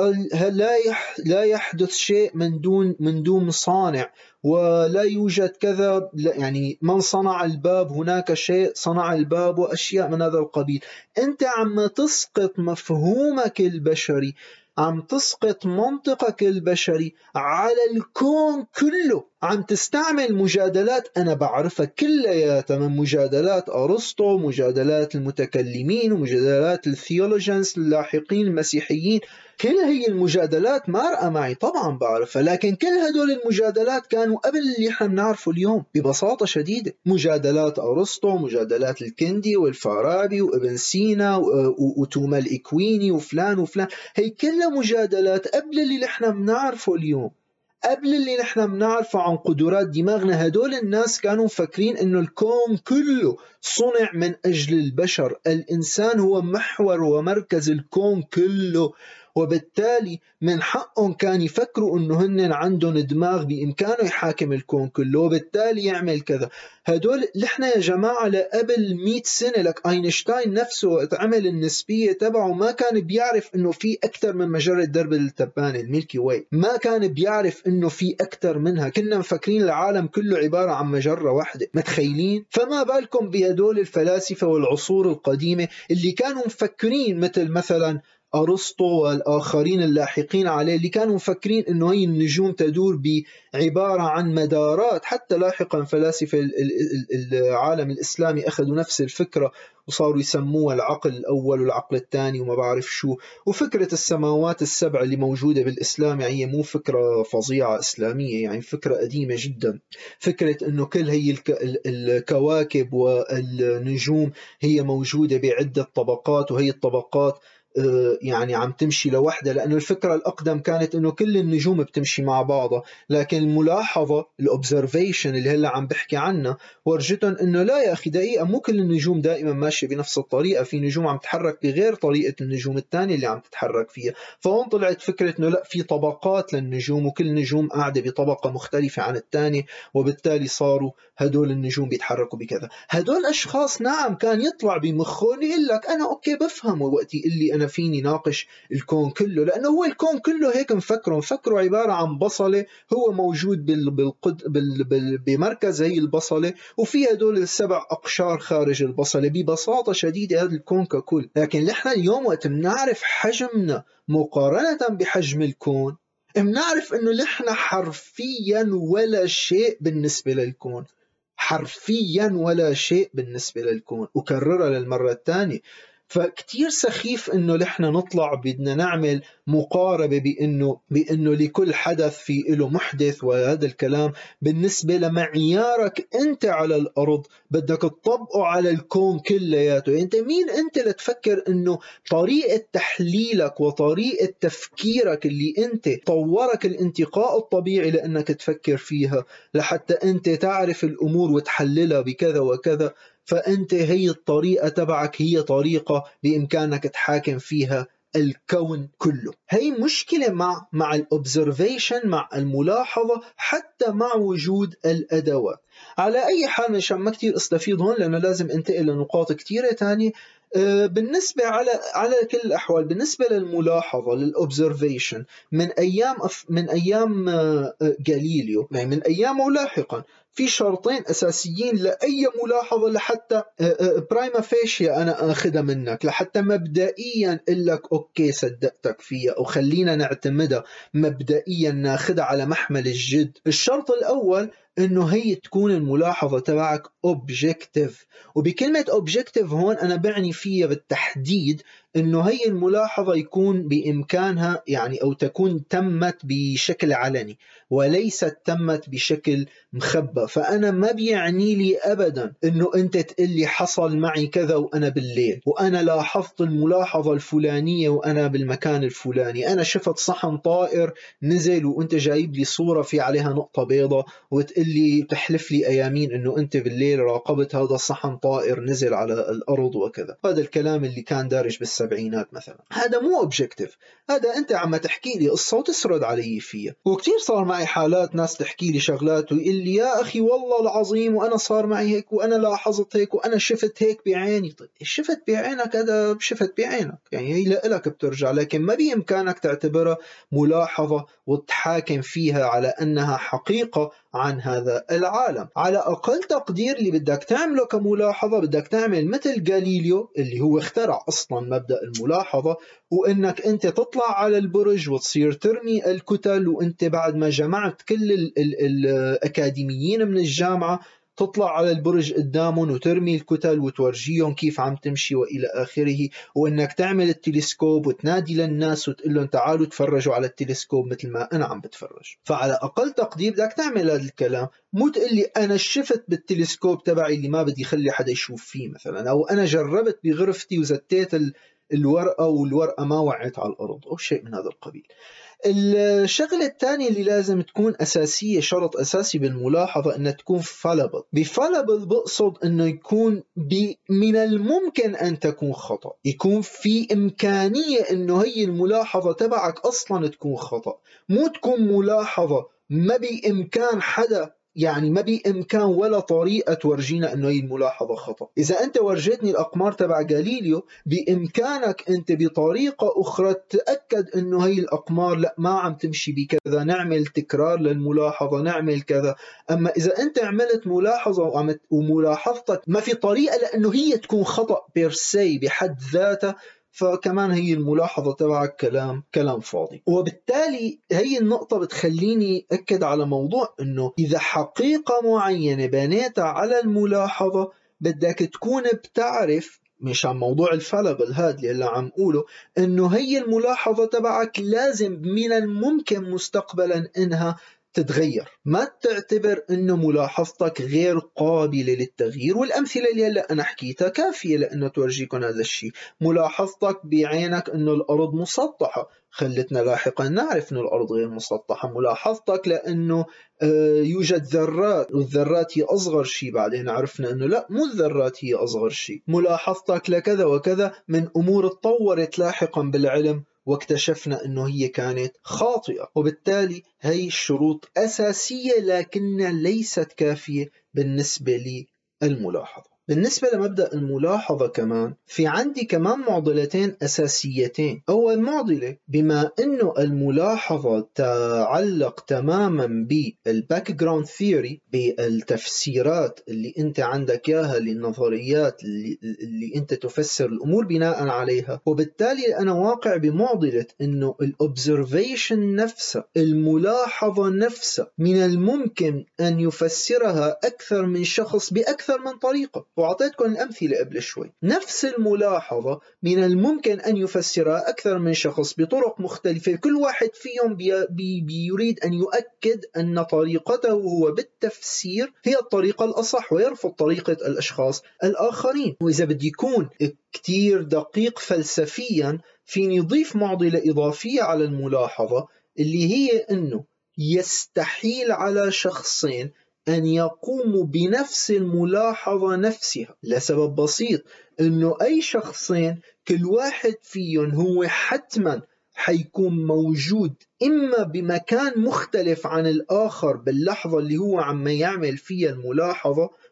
لا يحدث شيء من دون صانع، ولا يوجد كذا، يعني من صنع الباب، هناك شيء صنع الباب، وأشياء من هذا القبيل. أنت عم تسقط مفهومك البشري، عم تسقط منطقك البشري على الكون كله، عم تستعمل مجادلات أنا بعرفها كلياتها، من مجادلات أرسطو، مجادلات المتكلمين، ومجادلات الثيولوجينز اللاحقين المسيحيين. كل هي المجادلات مارقة معي طبعا بعرفها، لكن كل هدول المجادلات كانوا قبل اللي احنا بنعرفه اليوم ببساطة شديدة. مجادلات أرسطو، مجادلات الكندي والفارابي وابن سينا وتوما الإكويني وفلان وفلان، هي كلها مجادلات قبل اللي احنا بنعرفه اليوم، قبل اللي نحن بنعرفه عن قدرات دماغنا. هدول الناس كانوا مفكرين انه الكون كله صنع من اجل البشر، الانسان هو محور ومركز الكون كله، وبالتالي من حقهم كان يفكروا انه هن عندهم دماغ بامكانه يحاكم الكون كله، وبالتالي يعمل كذا. هدول نحن يا جماعة لقبل 100 سنة، لك اينشتاين نفسه وقت عمل النسبية تبعه ما كان بيعرف انه في اكثر من مجرة درب التبانة الميلكي واي، ما كان بيعرف انه في اكثر منها. كنا مفكرين العالم كله عبارة عن مجرة واحدة، متخيلين؟ فما بالكم بهدول الفلاسفة والعصور القديمة اللي كانوا مفكرين مثلا أرسطو والآخرين اللاحقين عليه، اللي كانوا مفكرين أنه هي النجوم تدور بعبارة عن مدارات. حتى لاحقا فلاسفة العالم الإسلامي أخذوا نفس الفكرة وصاروا يسموها العقل الأول والعقل الثاني وما بعرف شو. وفكرة السماوات السبع اللي موجودة بالإسلام يعني مو فكرة فظيعة إسلامية، يعني فكرة قديمة جدا. فكرة أنه كل هي الكواكب والنجوم هي موجودة بعدة طبقات، وهي الطبقات يعني عم تمشي لوحدها، لأنه الفكرة الأقدم كانت أنه كل النجوم بتمشي مع بعضها، لكن الملاحظة الأوبزرفيشن اللي هلا عم بحكي عنها ورجتهم أنه لا يا أخي دقيقة، مو كل النجوم دائما ماشية بنفس الطريقة، في نجوم عم تتحرك بغير طريقة النجوم الثانية اللي عم تتحرك فيها. فهون طلعت فكرة أنه لا، في طبقات للنجوم، وكل نجوم قاعدة بطبقة مختلفة عن الثانية، وبالتالي صاروا هدول النجوم بيتحركوا بكذا. هدول أشخاص نعم كان يطلع بمخهم يقول لك أنا أوكي بفهم، وقت يقول لي أنا فيني ناقش الكون كله، لأنه هو الكون كله هيك مفكره عبارة عن بصلة، هو موجود بمركز هي البصلة، وفي هدول السبع أقشار خارج البصلة. ببساطة شديدة هذا الكون ككل. لكن نحن اليوم وقت بنعرف حجمنا مقارنة بحجم الكون، بنعرف أنه نحن حرفيا ولا شيء بالنسبة للكون، حرفيا ولا شيء بالنسبة للكون. أكررها للمرة الثانية. فكتير سخيف انه نحن نطلع بدنا نعمل مقاربة بانه لكل حدث في له محدث، وهذا الكلام بالنسبة لمعيارك انت على الارض بدك تطبقه على الكون كلياته. انت مين انت لتفكر انه طريقة تحليلك وطريقة تفكيرك اللي انت طورك الانتقاء الطبيعي لانك تفكر فيها لحتى انت تعرف الامور وتحللها بكذا وكذا، فأنت هي الطريقة تبعك هي طريقة بإمكانك تحاكم فيها الكون كله. هي مشكلة مع الأوبزرفيشن، مع الملاحظة، حتى مع وجود الأدوات. على أي حال مشان ما كتير استفيض هون لأنه لازم انتقل لنقاط كتيرة تانية، بالنسبة على كل الأحوال، بالنسبة للملاحظة للأوبزرفيشن من أيام غاليليو، يعني من أيامه لاحقا، في شرطين أساسيين لأي ملاحظة لحتى برايما فيشيا أنا أخذها منك، لحتى مبدئيا أقول لك أوكي صدقتك فيها أو خلينا نعتمدها مبدئيا ناخذها على محمل الجد. الشرط الأول إنه هي تكون الملاحظة تبعك objective، وبكلمة objective هون أنا بعني فيها بالتحديد إنه هي الملاحظة يكون بإمكانها يعني أو تكون تمت بشكل علني وليست تمت بشكل مخبى. فأنا ما بيعني لي أبدا إنه أنت تقول لي حصل معي كذا وأنا بالليل، وأنا لاحظت الملاحظة الفلانية وأنا بالمكان الفلاني، أنا شفت صحن طائر نزل وأنت جايب لي صورة في عليها نقطة بيضة وتقول لي تحلف لي أيامين إنه أنت بالليل راقبت هذا الصحن طائر نزل على الأرض وكذا. هذا الكلام اللي كان دارج بالسبعينات مثلا، هذا مو objective، هذا أنت عم تحكي لي قصة وتسرد علي فيها. وكتير صار معي حالات ناس تحكي لي شغلات ويقول لي يا أخي والله العظيم وأنا صار معي هيك وأنا لاحظت هيك وأنا شفت هيك بعيني. طيب شفت بعينك، هذا شفت بعينك، يعني هي لك بترجع، لكن ما بإمكانك تعتبرها ملاحظة وتحاكم فيها على أنها حقيقة عن هذا العالم. على أقل تقدير اللي بدك تعمله كملاحظة بدك تعمل مثل غاليليو اللي هو اخترع أصلا مبدأ الملاحظة، وإنك أنت تطلع على البرج وتصير ترمي الكتل، وأنت بعد ما جمعت كل الأكاديميين من الجامعة تطلع على البرج قدامهم وترمي الكتل وتورجيهم كيف عم تمشي وإلى آخره، وإنك تعمل التلسكوب وتنادي للناس وتقول لهم تعالوا تفرجوا على التلسكوب مثل ما أنا عم بتفرج. فعلى أقل تقدير بدك تعمل هذا الكلام، مو تقول لي أنا شفت بالتلسكوب تبعي اللي ما بدي خلي حدا يشوف فيه مثلا، أو أنا جربت بغرفتي وزتيت الورقة والورقة ما وقعت على الأرض أو شيء من هذا القبيل. الشغلة الثانية اللي لازم تكون أساسية، شرط أساسي بالملاحظة، أنها تكون fallible. بfallible بقصد أنه يكون من الممكن أن تكون خطأ، يكون في إمكانية أنه هي الملاحظة تبعك أصلا تكون خطأ، مو تكون ملاحظة ما بإمكان حدا، يعني ما بإمكان ولا طريقة تورجينا أنه هي الملاحظة خطأ. إذا أنت ورجيتني الأقمار تبع غاليليو بإمكانك أنت بطريقة أخرى تتأكد أنه هي الأقمار لا ما عم تمشي بكذا، نعمل تكرار للملاحظة، نعمل كذا. أما إذا أنت عملت ملاحظة وملاحظتك ما في طريقة لأنه هي تكون خطأ بيرسي بحد ذاتها، فكمان هي الملاحظة تبعك كلام فاضي. وبالتالي هي النقطة بتخليني أكد على موضوع أنه إذا حقيقة معينة بنيتها على الملاحظة بدك تكون بتعرف، مشان موضوع الفالبل هذا اللي عم قوله، أنه هي الملاحظة تبعك لازم من الممكن مستقبلا أنها تتغير، ما تعتبر أنه ملاحظتك غير قابلة للتغيير. والأمثلة اللي هلأ أنا حكيتها كافية لأنه تورجيكم هذا الشيء. ملاحظتك بعينك أنه الأرض مسطحة خلتنا لاحقا نعرف أنه الأرض غير مسطحة. ملاحظتك لأنه يوجد ذرات والذرات هي أصغر شيء، بعدين عرفنا أنه لا مو الذرات هي أصغر شيء. ملاحظتك لكذا وكذا من أمور تطورت لاحقا بالعلم واكتشفنا أنه هي كانت خاطئة. وبالتالي هي الشروط أساسية لكنها ليست كافية بالنسبة للملاحظة. بالنسبة لمبدأ الملاحظة كمان في عندي كمان معضلتين أساسيتين. أول معضلة، بما أنه الملاحظة تعلق تماما بالباك جراوند ثيوري، بالتفسيرات اللي أنت عندك إياها للنظريات اللي أنت تفسر الأمور بناء عليها، وبالتالي أنا واقع بمعضلة أنه الأوبزرفيشن نفسها، الملاحظة نفسها، من الممكن أن يفسرها أكثر من شخص بأكثر من طريقة. وأعطيتكم الأمثلة قبل شوي. نفس الملاحظة من الممكن أن يفسرها أكثر من شخص بطرق مختلفة، كل واحد فيهم يريد أن يؤكد أن طريقته هو بالتفسير هي الطريقة الأصح ويرفض طريقة الأشخاص الآخرين. وإذا بدي يكون كتير دقيق فلسفيا فيني يضيف معضلة إضافية على الملاحظة، اللي هي أنه يستحيل على شخصين أن يقوموا بنفس الملاحظة نفسها، لسبب بسيط، أنه أي شخصين كل واحد فيهم هو حتما حيكون موجود إما بمكان مختلف عن الآخر باللحظة اللي هو عم يعمل فيها الملاحظة،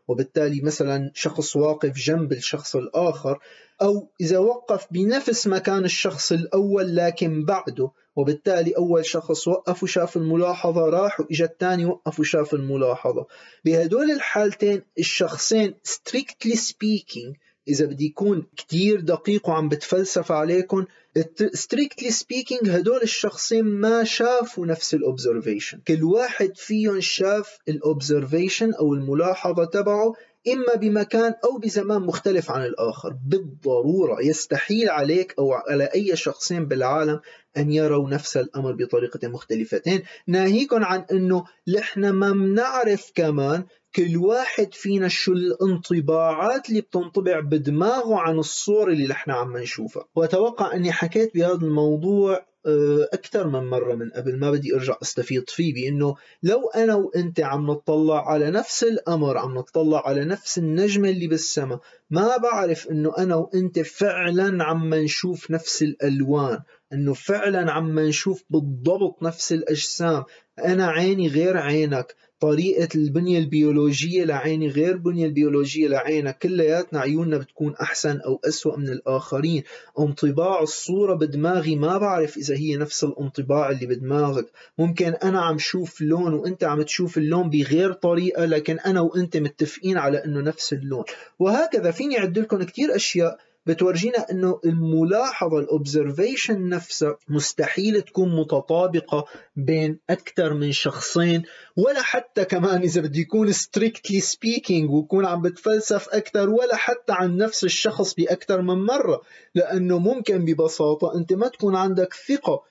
وبالتالي مثلا شخص واقف جنب الشخص الآخر، أو إذا وقف بنفس مكان الشخص الأول لكن بعده، وبالتالي أول شخص وقف وشاف الملاحظة راح وإجا الثاني وقف وشاف الملاحظة. بهدول الحالتين الشخصين strictly speaking، إذا بدي يكون كتير دقيق وعم بتفلسف عليكم، strictly speaking هدول الشخصين ما شافوا نفس الobservation. كل واحد فيهم شاف الobservation أو الملاحظة تبعه إما بمكان أو بزمان مختلف عن الآخر بالضرورة. يستحيل عليك أو على أي شخصين بالعالم أن يروا نفس الأمر بطريقة مختلفتين، ناهيكم عن أنه نحن ما بنعرف كمان كل واحد فينا شو الانطباعات اللي بتنطبع بدماغه عن الصور اللي نحن عم نشوفها. وأتوقع أني حكيت بهذا الموضوع أكثر من مرة من قبل، ما بدي أرجع أستفيض فيه، بأنه لو أنا وأنت عم نطلع على نفس الأمر، عم نطلع على نفس النجمة اللي بالسماء، ما بعرف أنه أنا وأنت فعلا عم نشوف نفس الألوان، أنه فعلا عم نشوف بالضبط نفس الأجسام. أنا عيني غير عينك، طريقة البنية البيولوجية لعيني غير البنية البيولوجية لعينك، كلياتنا عيوننا بتكون أحسن أو أسوأ من الآخرين. انطباع الصورة بدماغي ما بعرف إذا هي نفس الانطباع اللي بدماغك. ممكن أنا عم شوف لون وأنت عم تشوف اللون بغير طريقة، لكن أنا وأنت متفقين على أنه نفس اللون. وهكذا فيني أعدلكم كتير أشياء بتورجينا أنه الملاحظة الأوبزرفيشن نفسها مستحيل تكون متطابقة بين أكثر من شخصين، ولا حتى كمان إذا بدي يكون strictly speaking ويكون عم بتفلسف أكثر، ولا حتى عن نفس الشخص بأكثر من مرة. لأنه ممكن ببساطة أنت ما تكون عندك ثقة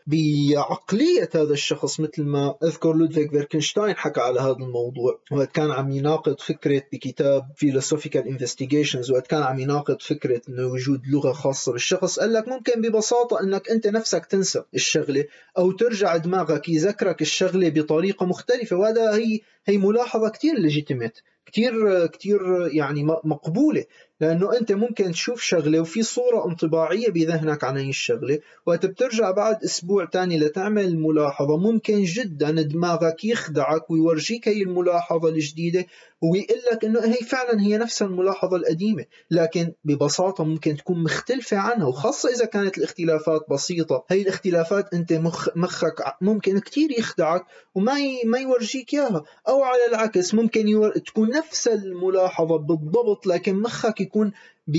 بعقلية هذا الشخص، مثل ما أذكر لودفيغ فيركنشتاين حكى على هذا الموضوع وقت كان عم يناقض فكرة بكتاب Philosophical Investigations، وقت كان عم يناقض فكرة أنه وجود لغة خاصة بالشخص. قال لك ممكن ببساطة أنك أنت نفسك تنسى الشغلة أو ترجع دماغك يذكرك الشغلة بطريقة مختلفة، وهذا هي ملاحظة كتير legitimate، كتير يعني مقبولة. لأنه أنت ممكن تشوف شغلة وفي صورة انطباعية بذهنك عن هي الشغلة، وقت بترجع بعد أسبوع تاني لتعمل الملاحظة ممكن جدا دماغك يخدعك ويورجيك هي الملاحظة الجديدة ويقول لك أنه هي فعلا هي نفس الملاحظة القديمة، لكن ببساطة ممكن تكون مختلفة عنها. وخاصة إذا كانت الاختلافات بسيطة، هي الاختلافات أنت مخك ممكن كتير يخدعك وما يورجيك إياها. أو على العكس ممكن تكون نفس الملاحظة بالضبط، لكن مخك يكون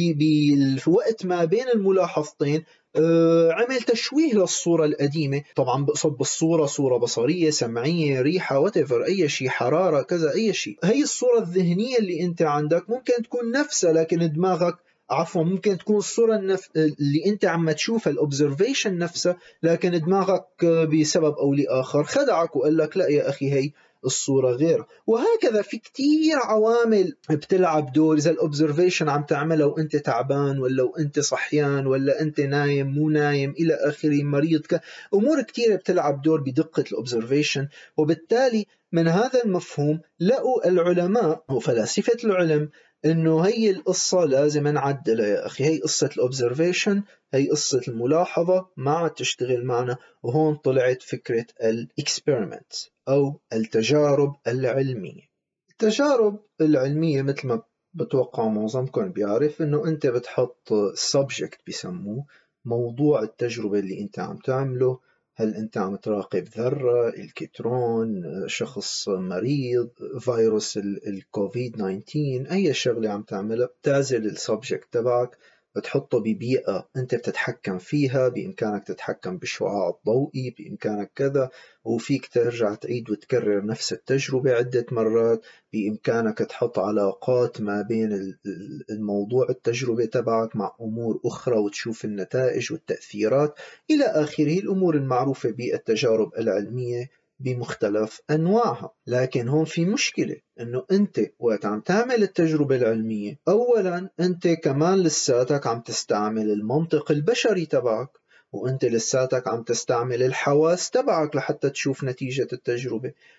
بالوقت ما بين الملاحظتين عمل تشويه للصورة القديمة. طبعا بقصد بالصورة صورة بصرية، سمعية، ريحة، whatever، أي شيء، حرارة، كذا، أي شيء. هي الصورة الذهنية اللي أنت عندك ممكن تكون نفسها، لكن دماغك ممكن تكون الصورة اللي أنت عم تشوفها الأوبزرفيشن نفسها، لكن دماغك بسبب أو لآخر خدعك وقال لك لا يا أخي هي الصورة غير. وهكذا في كتير عوامل بتلعب دور. إذا الأوبزرفيشن عم تعملها وأنت تعبان، ولا وأنت صحيان، ولا أنت نايم مو نايم إلى آخره، مريض، أمور كتير بتلعب دور بدقة الأوبزرفيشن. وبالتالي من هذا المفهوم لقوا العلماء وفلاسفة العلم إنه هي القصة لازم نعدلها يا أخي. هي قصة الأوبزرفيشن، هي قصة الملاحظة ما عاد تشتغل معنا. وهون طلعت فكرة الإكسبيرمنت أو التجارب العلمية. التجارب العلمية مثل ما بتوقع معظمكم بيعرف إنه أنت بتحط subject بيسموه، موضوع التجربة اللي أنت عم تعمله. هل أنت عم تراقب ذرة، الكترون، شخص مريض، فيروس الكوفيد 19، أي شغلة عم تعملها، بتعزل السبجكت تبعك، بتحطه ببيئة أنت بتتحكم فيها، بإمكانك تتحكم بالشعاع الضوئي، بإمكانك كذا، وفيك ترجع تعيد وتكرر نفس التجربة عدة مرات، بإمكانك تحط علاقات ما بين الموضوع التجربة تبعك مع أمور أخرى وتشوف النتائج والتأثيرات إلى آخره، الأمور المعروفة بالتجارب العلمية بمختلف أنواعها. لكن هون في مشكلة، أنه أنت وقت عم تعمل التجربة العلمية أولا أنت كمان لساتك عم تستعمل المنطق البشري تبعك، وأنت لساتك عم تستعمل الحواس تبعك لحتى تشوف نتيجة التجربة.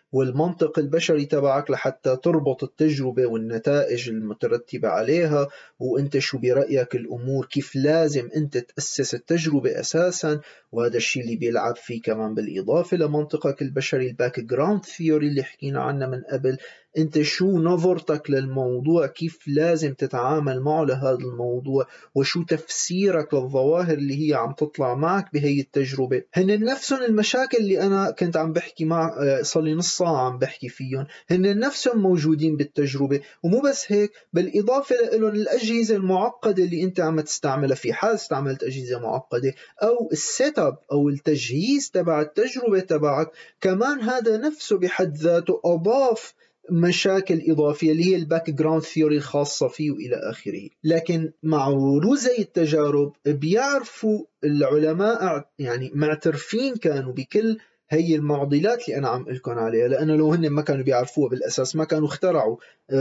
والمنطق البشري تبعك لحتى تربط التجربة والنتائج المترتبة عليها، وانت شو برأيك الأمور، كيف لازم انت تأسس التجربة أساسا. وهذا الشيء اللي بيلعب فيه كمان بالإضافة لمنطقك البشري، الباك جراوند ثيوري اللي حكينا عنها من قبل. انت شو نظرتك للموضوع، كيف لازم تتعامل معه لهذا الموضوع، وشو تفسيرك للظواهر اللي هي عم تطلع معك بهي التجربة. هن نفسهم المشاكل اللي أنا كنت عم بحكي صار لي نص ساعة عم بحكي فيهم، هن نفسهم موجودين بالتجربة. ومو بس هيك، بالإضافة لهم الأجهزة المعقدة اللي أنت عم تستعملها، في حال استعملت أجهزة معقدة، أو السيت اب أو التجهيز تبع التجربة تبعك، كمان هذا نفسه بحد ذاته أضاف مشاكل إضافية اللي هي الباك جراوند ثيوري الخاصة فيه وإلى آخره. لكن مع ورود زي التجارب بيعرفوا العلماء، يعني معترفين كانوا بكل هي المعضلات اللي أنا عم لكم عليها، لأنه لو هن ما كانوا بيعرفوها بالأساس ما كانوا اخترعوا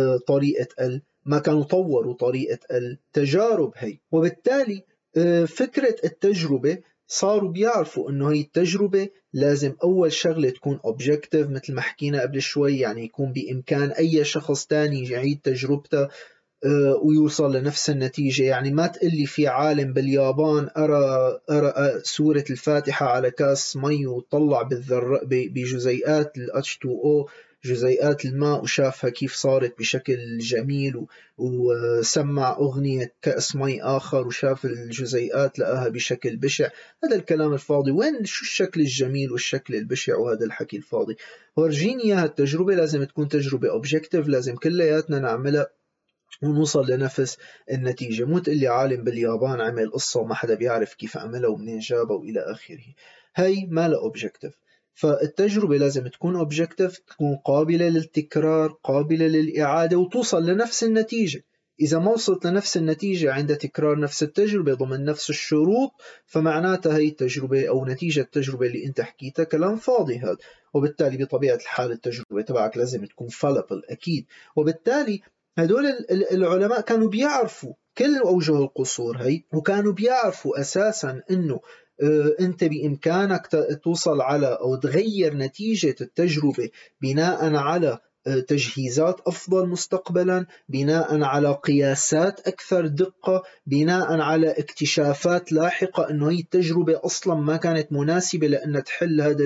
ما كانوا طوروا طريقة التجارب هي. وبالتالي فكرة التجربة صاروا بيعرفوا انه هي التجربة لازم اول شغلة تكون objective مثل ما حكينا قبل شوي، يعني يكون بامكان اي شخص تاني يعيد تجربته ويوصل لنفس النتيجة. يعني ما تقلي في عالم باليابان أرى سورة الفاتحة على كاس مي وطلع بجزيئات ال H2O، جزيئات الماء، وشافها كيف صارت بشكل جميل، وسمع أغنية كأس مي آخر وشاف الجزيئات لقاها بشكل بشع. هذا الكلام الفاضي، وين شو الشكل الجميل والشكل البشع وهذا الحكي الفاضي؟ ورجيني هالتجربة لازم تكون تجربة أوبجكتيف، لازم كلياتنا نعملها ونوصل لنفس النتيجة. مو تقلي عالم باليابان عمل قصة وما حدا بيعرف كيف عملها ومنين جابها وإلى آخره، هي ما لها أوبجكتيف. فالتجربة لازم تكون أوبجكتيف، تكون قابلة للتكرار، قابلة للإعادة، وتوصل لنفس النتيجة. إذا ما وصلت لنفس النتيجة عند تكرار نفس التجربة ضمن نفس الشروط، فمعناتها هي التجربة أو نتيجة التجربة اللي أنت حكيتها كلام فاضي هذا. وبالتالي بطبيعة الحال التجربة تبعك لازم تكون فالبل أكيد. وبالتالي هدول العلماء كانوا بيعرفوا كل أوجه القصور هي، وكانوا بيعرفوا أساسا أنه أنت بإمكانك توصل على أو تغير نتيجة التجربة بناء على تجهيزات أفضل مستقبلا، بناء على قياسات أكثر دقة، بناء على اكتشافات لاحقة أنه هي التجربة أصلا ما كانت مناسبة لأن تحل هذا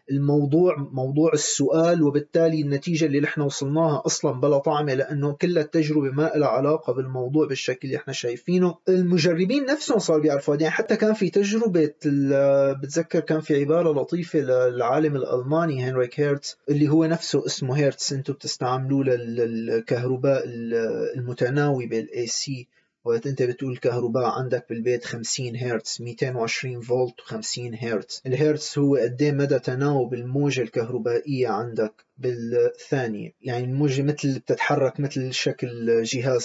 موضوع السؤال. وبالتالي النتيجة اللي نحن وصلناها أصلا بلا طعمة، لأنه كل التجربة ما لها علاقة بالموضوع بالشكل اللي احنا شايفينه. المجربين نفسهم صاروا بيعرفوا، يعني حتى كان في تجربة بتذكر كان في عبارة لطيفة للعالم الألماني هنريك هيرتز، اللي هو نفسه اسمه هيرتز، انتم بتستعملوه للكهرباء المتناوبة AC. وقت انت بتقول كهرباء عندك بالبيت 50 هرتز، 220 فولت و50 هرتز. الهرتز هو قد ايه مدى تناوب الموجة الكهربائية عندك بالثانية، يعني الموجة مثل بتتحرك مثل شكل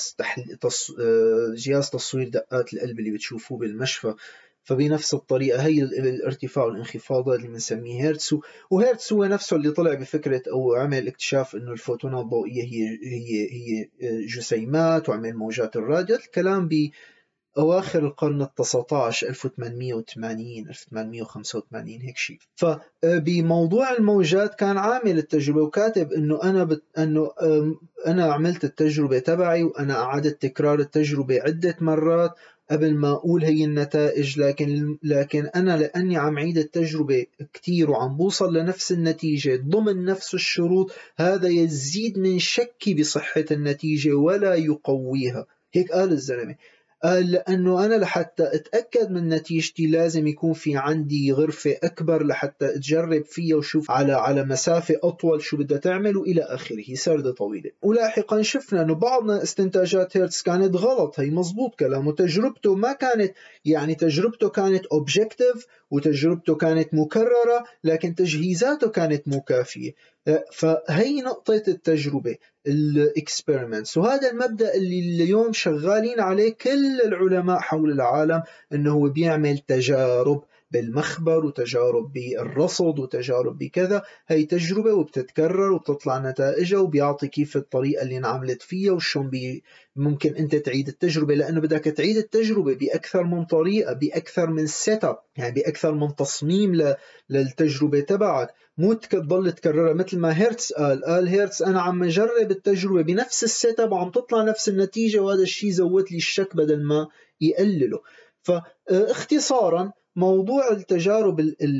جهاز تصوير دقات القلب اللي بتشوفوه بالمشفى. فبنفس الطريقة هي الارتفاع والانخفاض اللي بنسميه هرتز. وهرتز هو نفسه اللي طلع بفكرة أو عمل اكتشاف إنه الفوتونات الضوئية هي جسيمات، وعمل موجات الراديو. الكلام بأواخر القرن ال19، 1880 1885 هيك شيء. فبموضوع الموجات كان عامل التجربة وكاتب إنه أنا عملت التجربة تبعي، وأنا أعدت تكرار التجربة عدة مرات قبل ما أقول هي النتائج. لكن أنا لأني عم عيد التجربة كتير وعم بوصل لنفس النتيجة ضمن نفس الشروط، هذا يزيد من شكي بصحة النتيجة ولا يقويها. هيك قال الزلمة. قال لأنه أنا لحتى أتأكد من نتيجتي لازم يكون في عندي غرفة أكبر لحتى أتجرب فيها وشوف على مسافة أطول شو بدها تعمل وإلى آخره، سردة طويلة. ولاحقا شفنا أنه بعض استنتاجات هيرتز كانت غلط. هي مزبوط كلامه، تجربته ما كانت، يعني تجربته كانت أوبجكتيف وتجربته كانت مكررة، لكن تجهيزاته كانت مو كافية. فهي نقطة التجربة، الاكسبيرمنتس. وهذا المبدأ اللي اليوم شغالين عليه كل العلماء حول العالم، انه هو بيعمل تجارب. بالمخبر وتجارب بالرصد وتجارب بكذا. هي تجربة وبتتكرر وبتطلع نتائجها، وبيعطي كيف الطريقة اللي انعملت فيها وشون ممكن انت تعيد التجربة، لانه بدك تعيد التجربة باكثر من طريقة، باكثر من سيت اب، يعني باكثر من تصميم للتجربة تبعك. مو تضل تكررها مثل ما هيرتز قال هيرتز انا عم اجرب التجربة بنفس السيت اب وعم تطلع نفس النتيجة، وهذا الشيء زود لي الشك بدل ما يقلله. فاختصارا موضوع التجارب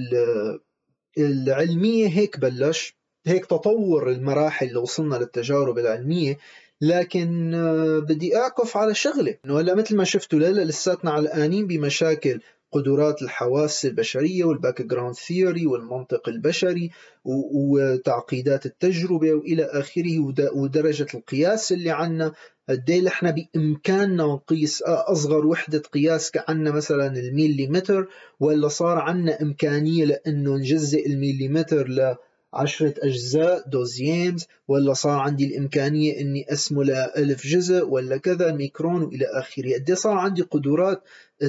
العلمية هيك بلش، هيك تطور المراحل اللي وصلنا للتجارب العلمية. لكن بدي أعكف على شغلة، إنه هلا مثل ما شفتوا لساتنا علقانين بمشاكل قدرات الحواس البشرية والباك جراوند ثيوري والمنطق البشري وتعقيدات التجربة وإلى آخره، ودرجة القياس اللي عنا قديه احنا بإمكاننا نقيس. أصغر وحدة قياس عنا مثلا الميليمتر، ولا صار عنا إمكانية لأنه نجزئ الميليمتر ل10 أجزاء دوزيامز، ولا صار عندي الإمكانية أني أسمه ل1000 جزء ولا كذا الميكرون وإلى آخره. قد صار عندي قدرات،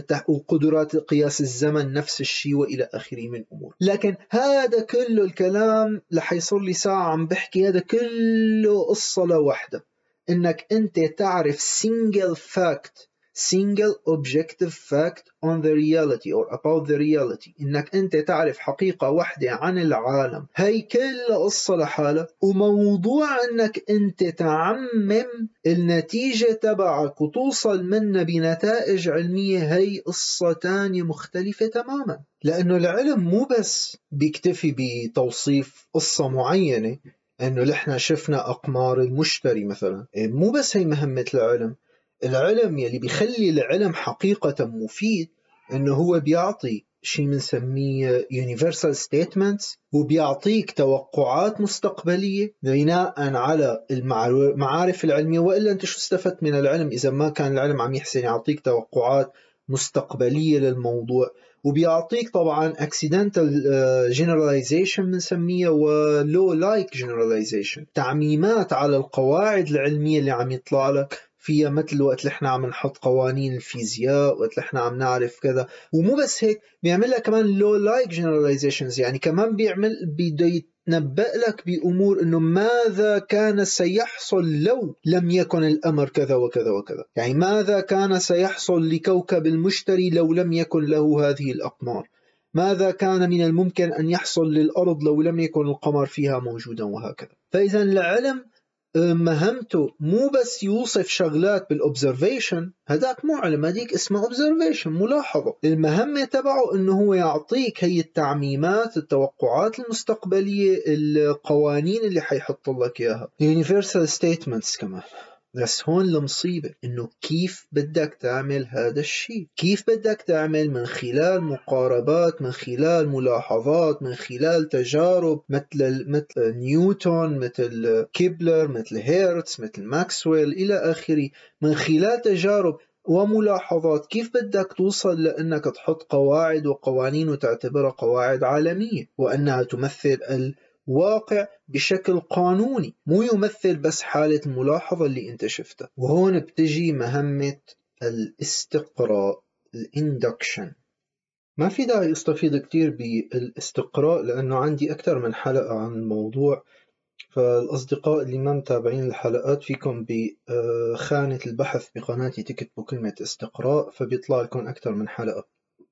وقدرات قياس الزمن نفس الشيء وإلى آخره من أمور. لكن هذا كله الكلام رح يصير لي ساعة عم بحكي، هذا كله قصة لوحده، إنك أنت تعرف single fact, single objective fact on the reality or about the reality، إنك أنت تعرف حقيقة واحدة عن العالم. هي كل قصة لحالها. وموضوع إنك أنت تعمم النتيجة تبعك وتوصل منها بنتائج علمية، هي قصة تانية مختلفة تماما. لأنه العلم مو بس بيكتفي بتوصيف قصة معينة، انه نحن شفنا اقمار المشتري مثلا، مو بس هي مهمة العلم. العلم يلي بيخلي العلم حقيقة مفيد انه هو بيعطي شيء بنسميه universal statements، وبيعطيك توقعات مستقبلية بناء على المعارف العلمية. وإلا انت شو استفدت من العلم إذا ما كان العلم عم يحسن يعطيك توقعات مستقبلية للموضوع. وبيعطيك طبعا accidental generalization بنسميها، و low like generalization، تعميمات على القواعد العلمية اللي عم يطلع لك فيها، مثل وقت اللي احنا عم نحط قوانين الفيزياء، وقت اللي احنا عم نعرف كذا. ومو بس هيك، بيعمل لك كمان low like generalizations، يعني كمان بده يتنبأ لك بأمور إنه ماذا كان سيحصل لو لم يكن الأمر كذا وكذا وكذا. يعني ماذا كان سيحصل لكوكب المشتري لو لم يكن له هذه الأقمار، ماذا كان من الممكن أن يحصل للأرض لو لم يكن القمر فيها موجودا، وهكذا. فإذا العلم مهمته مو بس يوصف شغلات بالobservation، هذاك مو علم، هذيك اسمه observation، ملاحظة. المهمة تبعه انه هو يعطيك هي التعميمات، التوقعات المستقبلية، القوانين اللي حيحط لك اياها، universal statements كمان. بس هون المصيبة، إنه كيف بدك تعمل هذا الشيء؟ كيف بدك تعمل؟ من خلال مقاربات، من خلال ملاحظات، من خلال تجارب مثل نيوتن، مثل كيبلر، مثل هيرتز، مثل ماكسويل إلى آخره. من خلال تجارب وملاحظات كيف بدك توصل لأنك تحط قواعد وقوانين وتعتبرها قواعد عالمية، وأنها تمثل واقع بشكل قانوني، مو يمثل بس حالة الملاحظة اللي انت شفتها. وهون بتجي مهمة الاستقراء، الاندكشن. ما في داعي استفيد كتير بالاستقراء لأنه عندي أكثر من حلقة عن الموضوع، فالأصدقاء اللي ما متابعين الحلقات فيكم بخانة البحث بقناتي تكتبوا كلمة استقراء، فبيطلع لكم أكثر من حلقة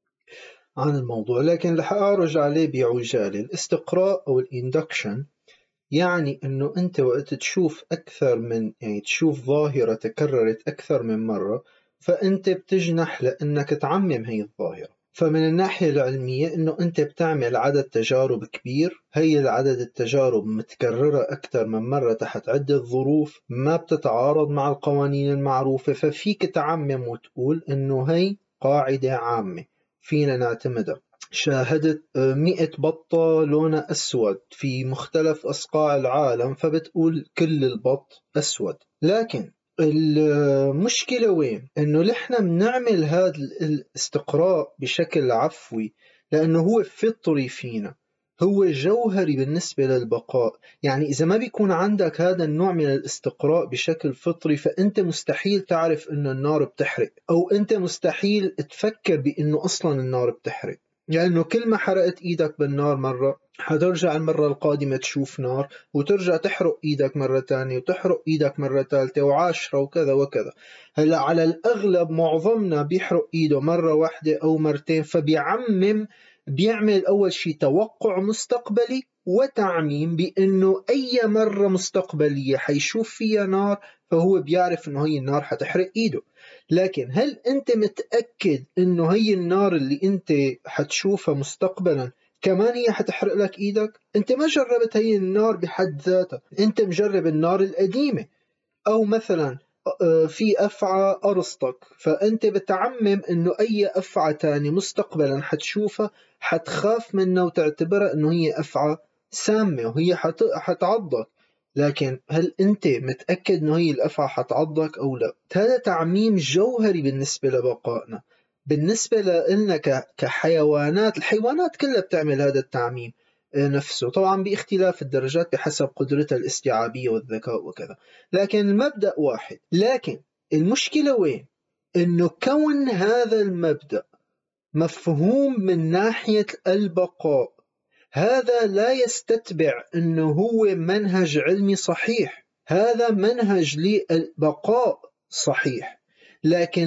عن الموضوع. لكن رح أعرج عليه بعجالة. الاستقراء أو الاندكشن يعني أنه أنت وقت تشوف أكثر من، يعني تشوف ظاهرة تكررت أكثر من مرة، فأنت بتجنح لأنك تعمم هي الظاهرة. فمن الناحية العلمية أنه أنت بتعمل عدد تجارب كبير، هي العدد التجارب متكررة أكثر من مرة تحت عدة ظروف ما بتتعارض مع القوانين المعروفة، ففيك تعمم وتقول أنه هي قاعدة عامة فينا نعتمدها. شاهدت 100 بطة لونها أسود في مختلف أصقاع العالم، فبتقول كل البط أسود. لكن المشكلة وين؟ إنه نحن بنعمل هذا الاستقراء بشكل عفوي لأنه هو فطري فينا، هو جوهري بالنسبة للبقاء. يعني إذا ما بيكون عندك هذا النوع من الاستقراء بشكل فطري، فأنت مستحيل تعرف إنه النار بتحرق، أو أنت مستحيل تفكر بأنه أصلا النار بتحرق. يعني إنه كل ما حرقت إيدك بالنار مرة حترجع المرة القادمة تشوف نار وترجع تحرق إيدك مرة تانية وتحرق إيدك مرة ثالثة وعاشرة وكذا وكذا. هلا على الأغلب معظمنا بيحرق إيده مرة واحدة أو مرتين، فبيعمم، بيعمل أول شيء توقع مستقبلي وتعميم بأنه أي مرة مستقبلية حيشوف فيها نار فهو بيعرف أنه هي النار حتحرق إيده. لكن هل أنت متأكد أنه هي النار اللي أنت حتشوفها مستقبلا كمان هي حتحرق لك إيدك؟ أنت ما جربت هي النار بحد ذاتها، أنت مجرب النار القديمة. أو مثلا في أفعى أرسطك، فأنت بتعمم أنه أي أفعى تاني مستقبلا حتشوفها حتخاف منها وتعتبرها أنه هي أفعى سامة وهي حتعضك. لكن هل أنت متأكد أنه هي الأفعى حتعضك أو لا؟ هذا تعميم جوهري بالنسبة لبقائنا. بالنسبة لنا كحيوانات، الحيوانات كلها بتعمل هذا التعميم نفسه، طبعا باختلاف الدرجات بحسب قدرتها الاستيعابية والذكاء وكذا، لكن المبدأ واحد. لكن المشكلة وين؟ إنه كون هذا المبدأ مفهوم من ناحية البقاء، هذا لا يستتبع أنه هو منهج علمي صحيح، هذا منهج للبقاء صحيح، لكن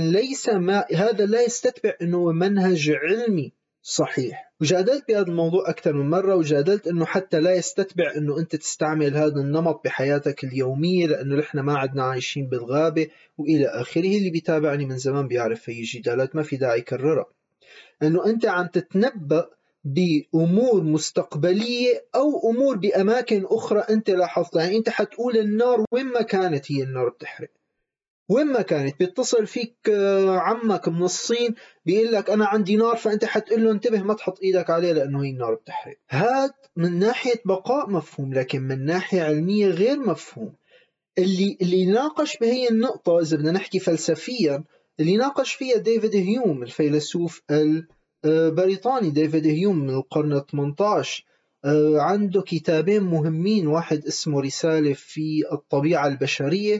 هذا لا يستتبع أنه منهج علمي صحيح. وجادلت بهذا الموضوع أكثر من مرة، وجادلت أنه حتى لا يستتبع أنه أنت تستعمل هذا النمط بحياتك اليومية لأنه نحن ما عدنا عايشين بالغابة وإلى آخره. اللي بيتابعني من زمان بيعرف هي الجدالات ما في داعي يكررها، أنه أنت عم تتنبأ بأمور مستقبلية أو أمور بأماكن أخرى أنت لاحظتها. يعني أنت حتقول النار وين ما كانت هي النار بتحرق، وين ما كانت. بيتصل فيك عمك من الصين بيقول لك أنا عندي نار، فأنت حتقول له انتبه ما تحط إيدك عليه لأنه هي النار بتحرق. هذا من ناحية بقاء مفهوم، لكن من ناحية علمية غير مفهوم. اللي ناقش بهي النقطة إذا بدنا نحكي فلسفيا، اللي ناقش فيها ديفيد هيوم الفيلسوف البريطاني. ديفيد هيوم من القرن 18 عنده كتابين مهمين، واحد اسمه رسالة في الطبيعة البشرية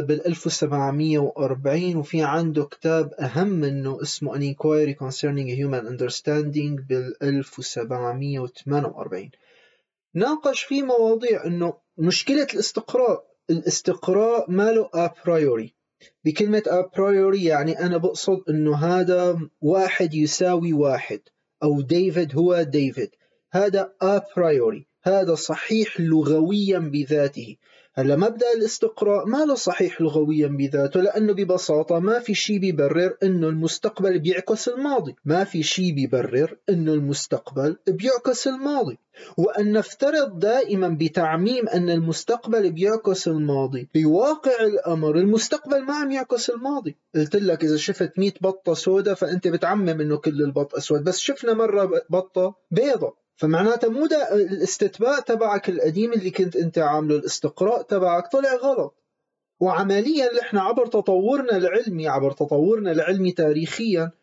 بال1740، وفي عنده كتاب أهم منه اسمه An Inquiry Concerning Human Understanding بال1748. ناقش فيه مواضيع أنه مشكلة الاستقراء ما له أبرايوري. بكلمة أبرايوري يعني أنا بقصد أنه هذا واحد يساوي واحد، أو ديفيد هو ديفيد، هذا أبرايوري، هذا صحيح لغويا بذاته. هلا مبدأ الاستقراء ما له صحيح لغويا بذاته، لأنه ببساطة ما في شيء بيبرر أنه المستقبل بيعكس الماضي، ما في شيء بيبرر أنه المستقبل بيعكس الماضي. وأن نفترض دائما بتعميم أن المستقبل بيعكس الماضي، بواقع الأمر المستقبل ما عم يعكس الماضي. قلت لك إذا شفت 100 بطة سوداء فأنت بتعمم أنه كل البط أسود، بس شفنا مرة بطة بيضة، فمعناته مو ده الاستتباع تبعك القديم اللي كنت أنت عامله، الاستقراء تبعك طلع غلط. وعمليا احنا عبر تطورنا العلمي تاريخيا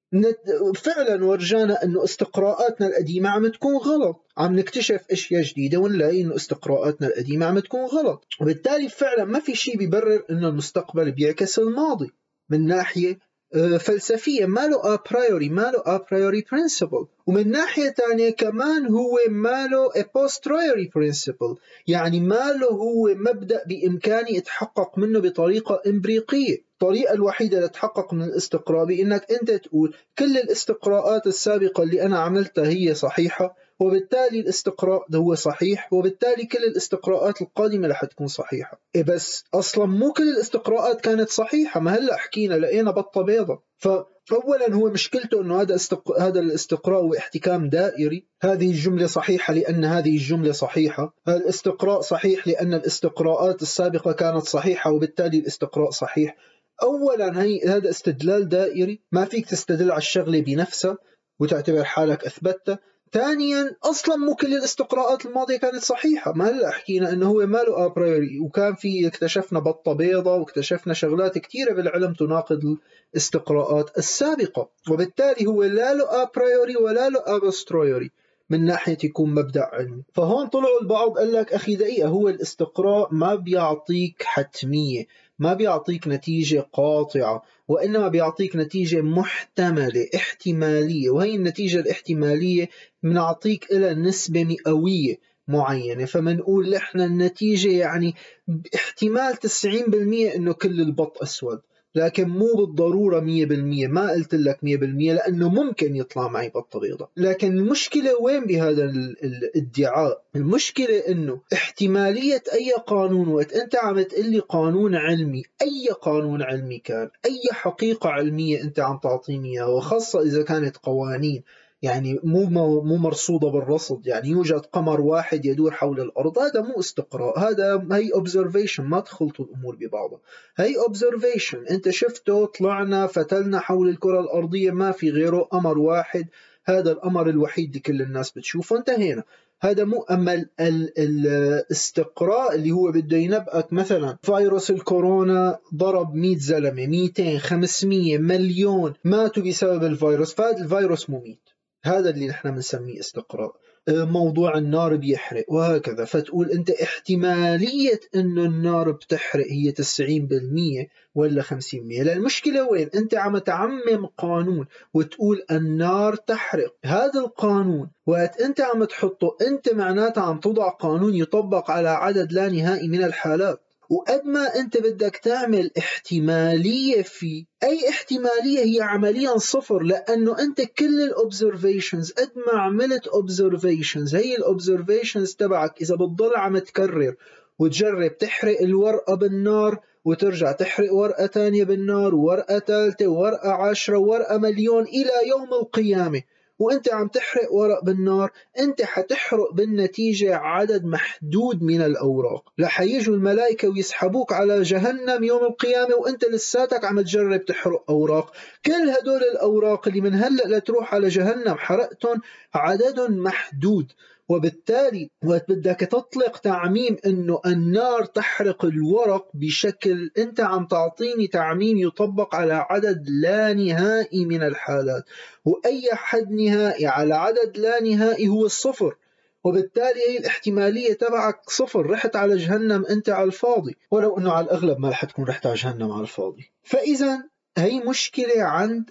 فعلا ورجانا انه استقراءاتنا القديمة عم تكون غلط، عم نكتشف اشياء جديدة ونلاقي انه استقراءاتنا القديمة عم تكون غلط. وبالتالي فعلا ما في شيء بيبرر انه المستقبل بيعكس الماضي من ناحية فلسفية، ما له أبرايوري principle. ومن ناحية تانية كمان هو ما له posteriori principle، يعني ما له هو مبدأ بإمكاني يتحقق منه بطريقة إمبريقية. الطريقة الوحيدة لتحقق من الاستقراء بأنك أنت تقول كل الاستقراءات السابقة اللي أنا عملتها هي صحيحة، وبالتالي الاستقراء ده هو صحيح، وبالتالي كل الاستقراءات القادمة رح تكون صحيحة. بس أصلا مو كل الاستقراءات كانت صحيحة، ما هلأ حكينا لقينا بطة بيضة. فأولا هو مشكلته أنه هذا الاستقراء هو احتكام دائري. هذه الجملة صحيحة لأن هذه الجملة صحيحة، الاستقراء صحيح لأن الاستقراءات السابقة كانت صحيحة وبالتالي الاستقراء صحيح. أولا هذا استدلال دائري، ما فيك تستدل على الشغلة بنفسها وتعتبر حالك أثبتها. ثانيا أصلا مو كل الاستقراءات الماضية كانت صحيحة، ما هلأ حكينا أنه هو ما له أبرايوري، وكان في اكتشفنا بطة بيضة واكتشفنا شغلات كثيرة بالعلم تناقض الاستقراءات السابقة، وبالتالي هو لا له أبرايوري ولا له أبسترويوري من ناحية يكون مبدأ علمي. فهون طلعوا البعض قال لك أخي دقيقة، هو الاستقراء ما بيعطيك حتمية، ما بيعطيك نتيجة قاطعة، وإنما بيعطيك نتيجة محتملة احتمالية، وهي النتيجة الاحتمالية بنعطيك إلى نسبة مئوية معينة. فمنقول إحنا النتيجة يعني احتمال 90% إنه كل البط أسود، لكن مو بالضرورة 100%. ما قلت لك 100% لأنه ممكن يطلع معي بطة بيضاء. لكن المشكلة وين بهذا الادعاء؟ المشكلة إنه احتمالية أي قانون، وقت أنت عم تقلي قانون علمي، أي قانون علمي كان، أي حقيقة علمية أنت عم تعطيني إياها، وخاصة إذا كانت قوانين يعني مو مرصودة بالرصد، يعني يوجد قمر واحد يدور حول الأرض، هذا مو استقراء، هي observation. ما تخلطوا الأمور ببعضها. هي observation، أنت شفته، طلعنا فتلنا حول الكرة الأرضية، ما في غيره، قمر واحد، هذا القمر الوحيد اللي كل الناس بتشوفه، انتهينا. هذا مو. أما الاستقراء اللي هو بده ينبأك مثلا فيروس الكورونا ضرب 100 زلمة، 200، 500 مليون ماتوا بسبب الفيروس، فهذا الفيروس مميت، هذا اللي نحن بنسميه استقراء. موضوع النار بيحرق وهكذا، فتقول أنت احتمالية أنه النار بتحرق هي 90% ولا 50%. لأن المشكلة وين؟ أنت عم تعمم قانون وتقول النار تحرق. هذا القانون وقت أنت عم تحطه، أنت معناتها عم تضع قانون يطبق على عدد لا نهائي من الحالات. وقد ما أنت بدك تعمل احتمالية فيه، أي احتمالية هي عمليا صفر، لأنه أنت كل الأوبزرفيشنز قد ما عملت أوبزرفيشنز، هي الأوبزرفيشنز تبعك إذا بتضل عم تكرر وتجرب تحرق الورقة بالنار وترجع تحرق ورقة تانية بالنار، ورقة ثالثة، ورقة 10، ورقة مليون، إلى يوم القيامة وانت عم تحرق ورق بالنار، انت حتحرق بالنتيجة عدد محدود من الأوراق. رح يجوا الملائكة ويسحبوك على جهنم يوم القيامة وانت لساتك عم تجرب تحرق أوراق. كل هدول الأوراق اللي من هلأ لتروح على جهنم حرقتهم عدد محدود. وبالتالي وقت بدك تطلق تعميم انه النار تحرق الورق بشكل، انت عم تعطيني تعميم يطبق على عدد لا نهائي من الحالات، واي حد نهائي على عدد لا نهائي هو الصفر. وبالتالي هي الاحتمالية تبعك صفر، رحت على جهنم انت على الفاضي، ولو انه على الاغلب ما رح تكون رحت على جهنم على الفاضي. فاذا هي مشكلة عند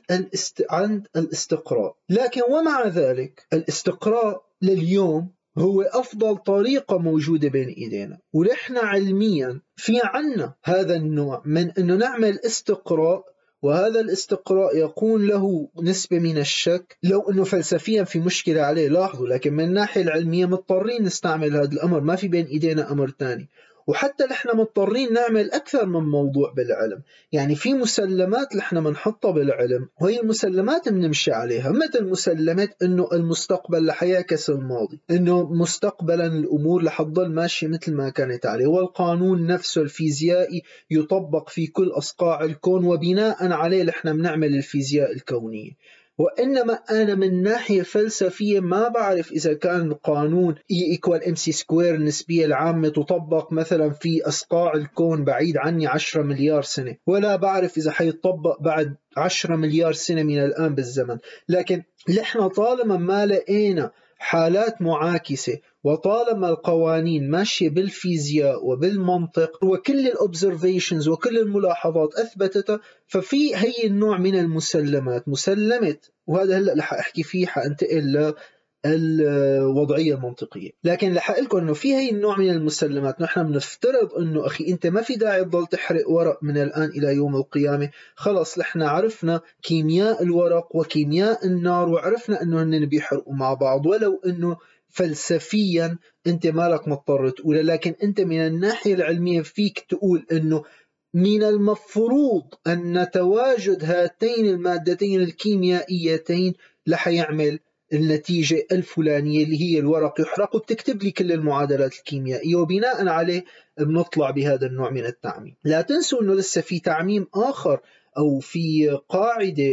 الاستقراء. لكن ومع ذلك الاستقراء لليوم هو أفضل طريقة موجودة بين إيدينا، ونحن علميا في عنا هذا النوع من أنه نعمل استقراء، وهذا الاستقراء يكون له نسبة من الشك. لو أنه فلسفيا في مشكلة عليه لاحظوا، لكن من الناحية العلمية مضطرين نستعمل هذا الأمر، ما في بين إيدينا أمر تاني. وحتى نحن مضطرين نعمل أكثر من موضوع بالعلم، يعني في مسلمات نحن بنحطها بالعلم، وهي المسلمات بنمشي عليها، مثل مسلمة إنه المستقبل رح يعكس الماضي، إنه مستقبلا الأمور رح تضل ماشية مثل ما كانت عليه، والقانون نفسه الفيزيائي يطبق في كل أصقاع الكون، وبناء عليه نحن بنعمل الفيزياء الكونية. وإنما أنا من ناحية فلسفية ما بعرف إذا كان قانون E = mc² النسبية العامة تطبق مثلا في أصقاع الكون بعيد عني 10 مليار سنة، ولا بعرف إذا حيطبق بعد 10 مليار سنة من الآن بالزمن. لكن نحن طالما ما لقينا حالات معاكسة، وطالما القوانين ماشية بالفيزياء وبالمنطق، وكل الأوبزرفيشنز وكل الملاحظات أثبتتها، ففي هي النوع من المسلمات مسلمة. وهذا هلأ رح أحكي فيه، حأنتقل للوضعية المنطقية. لكن رح أقول لكم أنه في هي النوع من المسلمات نحن بنفترض أنه أخي أنت ما في داعي تضل تحرق ورق من الآن إلى يوم القيامة، خلص نحن عرفنا كيمياء الورق وكيمياء النار، وعرفنا أنه هن بيحرقوا مع بعض، ولو أنه فلسفيا أنت مالك مضطر تقول، لكن أنت من الناحية العلمية فيك تقول أنه من المفروض أن تواجد هاتين المادتين الكيميائيتين رح يعمل النتيجة الفلانية اللي هي الورق يحرق، وبتكتب لي كل المعادلات الكيميائية، وبناء عليه بنطلع بهذا النوع من التعميم. لا تنسوا أنه لسه في تعميم آخر، أو في قاعدة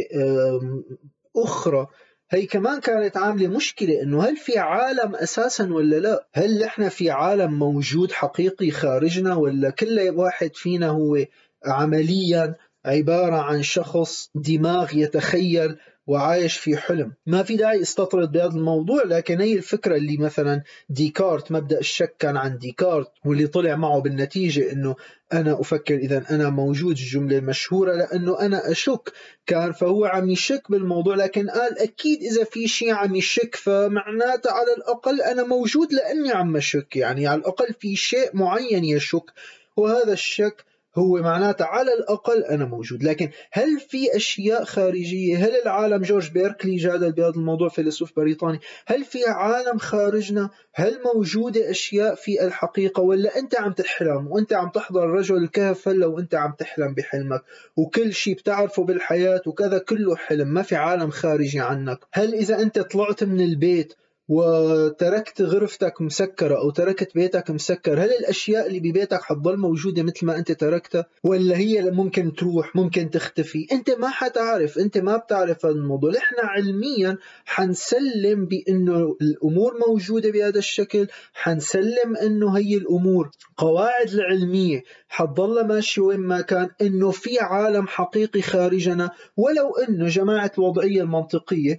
أخرى هي كمان كانت عاملة مشكلة، إنه هل في عالم أساسا ولا لا؟ هل إحنا في عالم موجود حقيقي خارجنا، ولا كل واحد فينا هو عمليا عبارة عن شخص دماغ يتخيل وعايش في حلم. ما في داعي استطرد بهذا الموضوع، لكن هي الفكرة اللي مثلا ديكارت، مبدأ الشك كان عن ديكارت، واللي طلع معه بالنتيجة أنه أنا أفكر إذا أنا موجود، الجملة المشهورة لأنه أنا أشك كان، فهو عم يشك بالموضوع، لكن قال أكيد إذا في شيء عم يشك فمعناته على الأقل أنا موجود لأني عم أشك، يعني على الأقل في شيء معين يشك، وهذا الشك هو معناته على الأقل أنا موجود. لكن هل في أشياء خارجية؟ هل العالم، جورج بيركلي جادل بهذا الموضوع، فيلسوف بريطاني، هل في عالم خارجنا؟ هل موجودة أشياء في الحقيقة، ولا أنت عم تحلم وأنت عم تحضر رجل الكهف هلا وأنت عم تحلم بحلمك، وكل شيء بتعرفه بالحياة وكذا كله حلم، ما في عالم خارجي عنك؟ هل إذا أنت طلعت من البيت وتركت غرفتك مسكرة أو تركت بيتك مسكر، هل الأشياء اللي ببيتك حتضل موجودة مثل ما أنت تركتها، ولا هي ممكن تروح، ممكن تختفي؟ أنت ما حتعرف، أنت ما بتعرف هذا الموضوع. نحن علميا حنسلم بأنه الأمور موجودة بهذا الشكل، حنسلم أنه هي الأمور قواعد العلمية حتضل ماشي وين ما كان، أنه في عالم حقيقي خارجنا، ولو أنه جماعة الوضعية المنطقية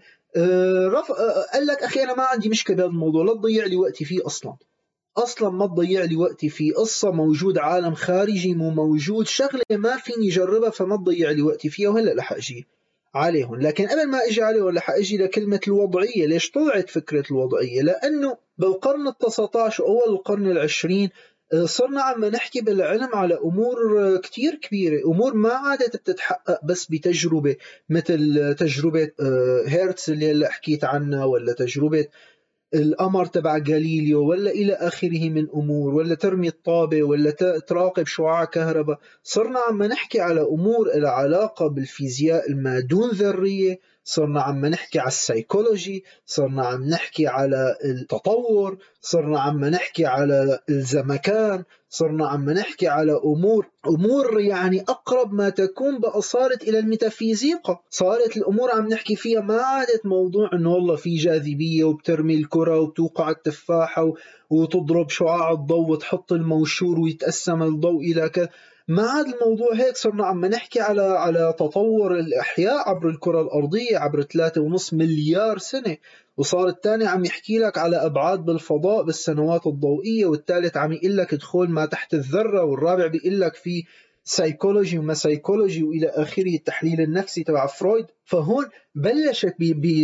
قال لك أخي أنا ما عندي مشكلة بهذا الموضوع، لا تضيع لي وقتي فيه أصلا ما تضيع لي وقتي فيه، قصة موجود عالم خارجي مو موجود، شغلة ما فيني جربها فما تضيع لي وقتي فيها، وهلأ رح أجي عليهم. لكن قبل ما أجي عليهم رح أجي لكلمة الوضعية. ليش طلعت فكرة الوضعية؟ لأنه بالقرن ال19 وأول القرن العشرين صرنا عم نحكي بالعلم على أمور كتير كبيرة، أمور ما عادت بتتحقق بس بتجربة، مثل تجربة هيرتز اللي هلأ حكيت عنها، ولا تجربة القمر تبع غاليليو، ولا إلى آخره من أمور، ولا ترمي الطابة، ولا تراقب شعاع كهرباء. صرنا عم نحكي على أمور العلاقة بالفيزياء المادون ذرية، صرنا عم نحكي على السيكولوجي، صرنا عم نحكي على التطور، صرنا عم نحكي على الزمكان، صرنا عم نحكي على أمور يعني أقرب ما تكون بقى صارت إلى الميتافيزيقا. صارت الأمور عم نحكي فيها ما عادت موضوع أنه والله في جاذبية وبترمي الكرة وبتوقع التفاحة وتضرب شعاع الضوء وتحط الموشور ويتقسم الضوء إلى كذا. ما عاد الموضوع هيك. صرنا عم نحكي على تطور الإحياء عبر الكرة الأرضية عبر 3.5 مليار سنة، وصار الثاني عم يحكي لك على أبعاد بالفضاء بالسنوات الضوئية، والثالث عم يقول لك دخول ما تحت الذرة، والرابع بيقول لك في سايكولوجي وما سايكولوجي وإلى آخره، التحليل النفسي تبع فرويد. فهون بلشت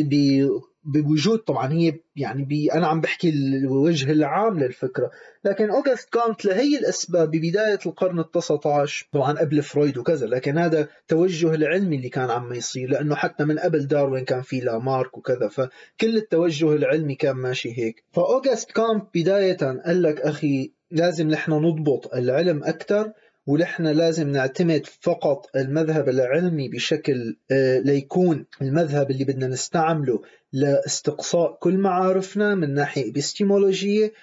بوجود، طبعا هي يعني أنا عم بحكي الوجه العام للفكرة، لكن أوغست كانت لهي الأسباب ببداية القرن ال19 طبعا قبل فرويد وكذا، لكن هذا توجه العلمي اللي كان عم يصير، لأنه حتى من قبل داروين كان في لامارك وكذا، فكل التوجه العلمي كان ماشي هيك. فأوغست كانت بداية قال لك أخي لازم نحن نضبط العلم أكثر، ونحن لازم نعتمد فقط المذهب العلمي بشكل ليكون المذهب اللي بدنا نستعمله لاستقصاء كل معارفنا من ناحية إبستيمولوجية،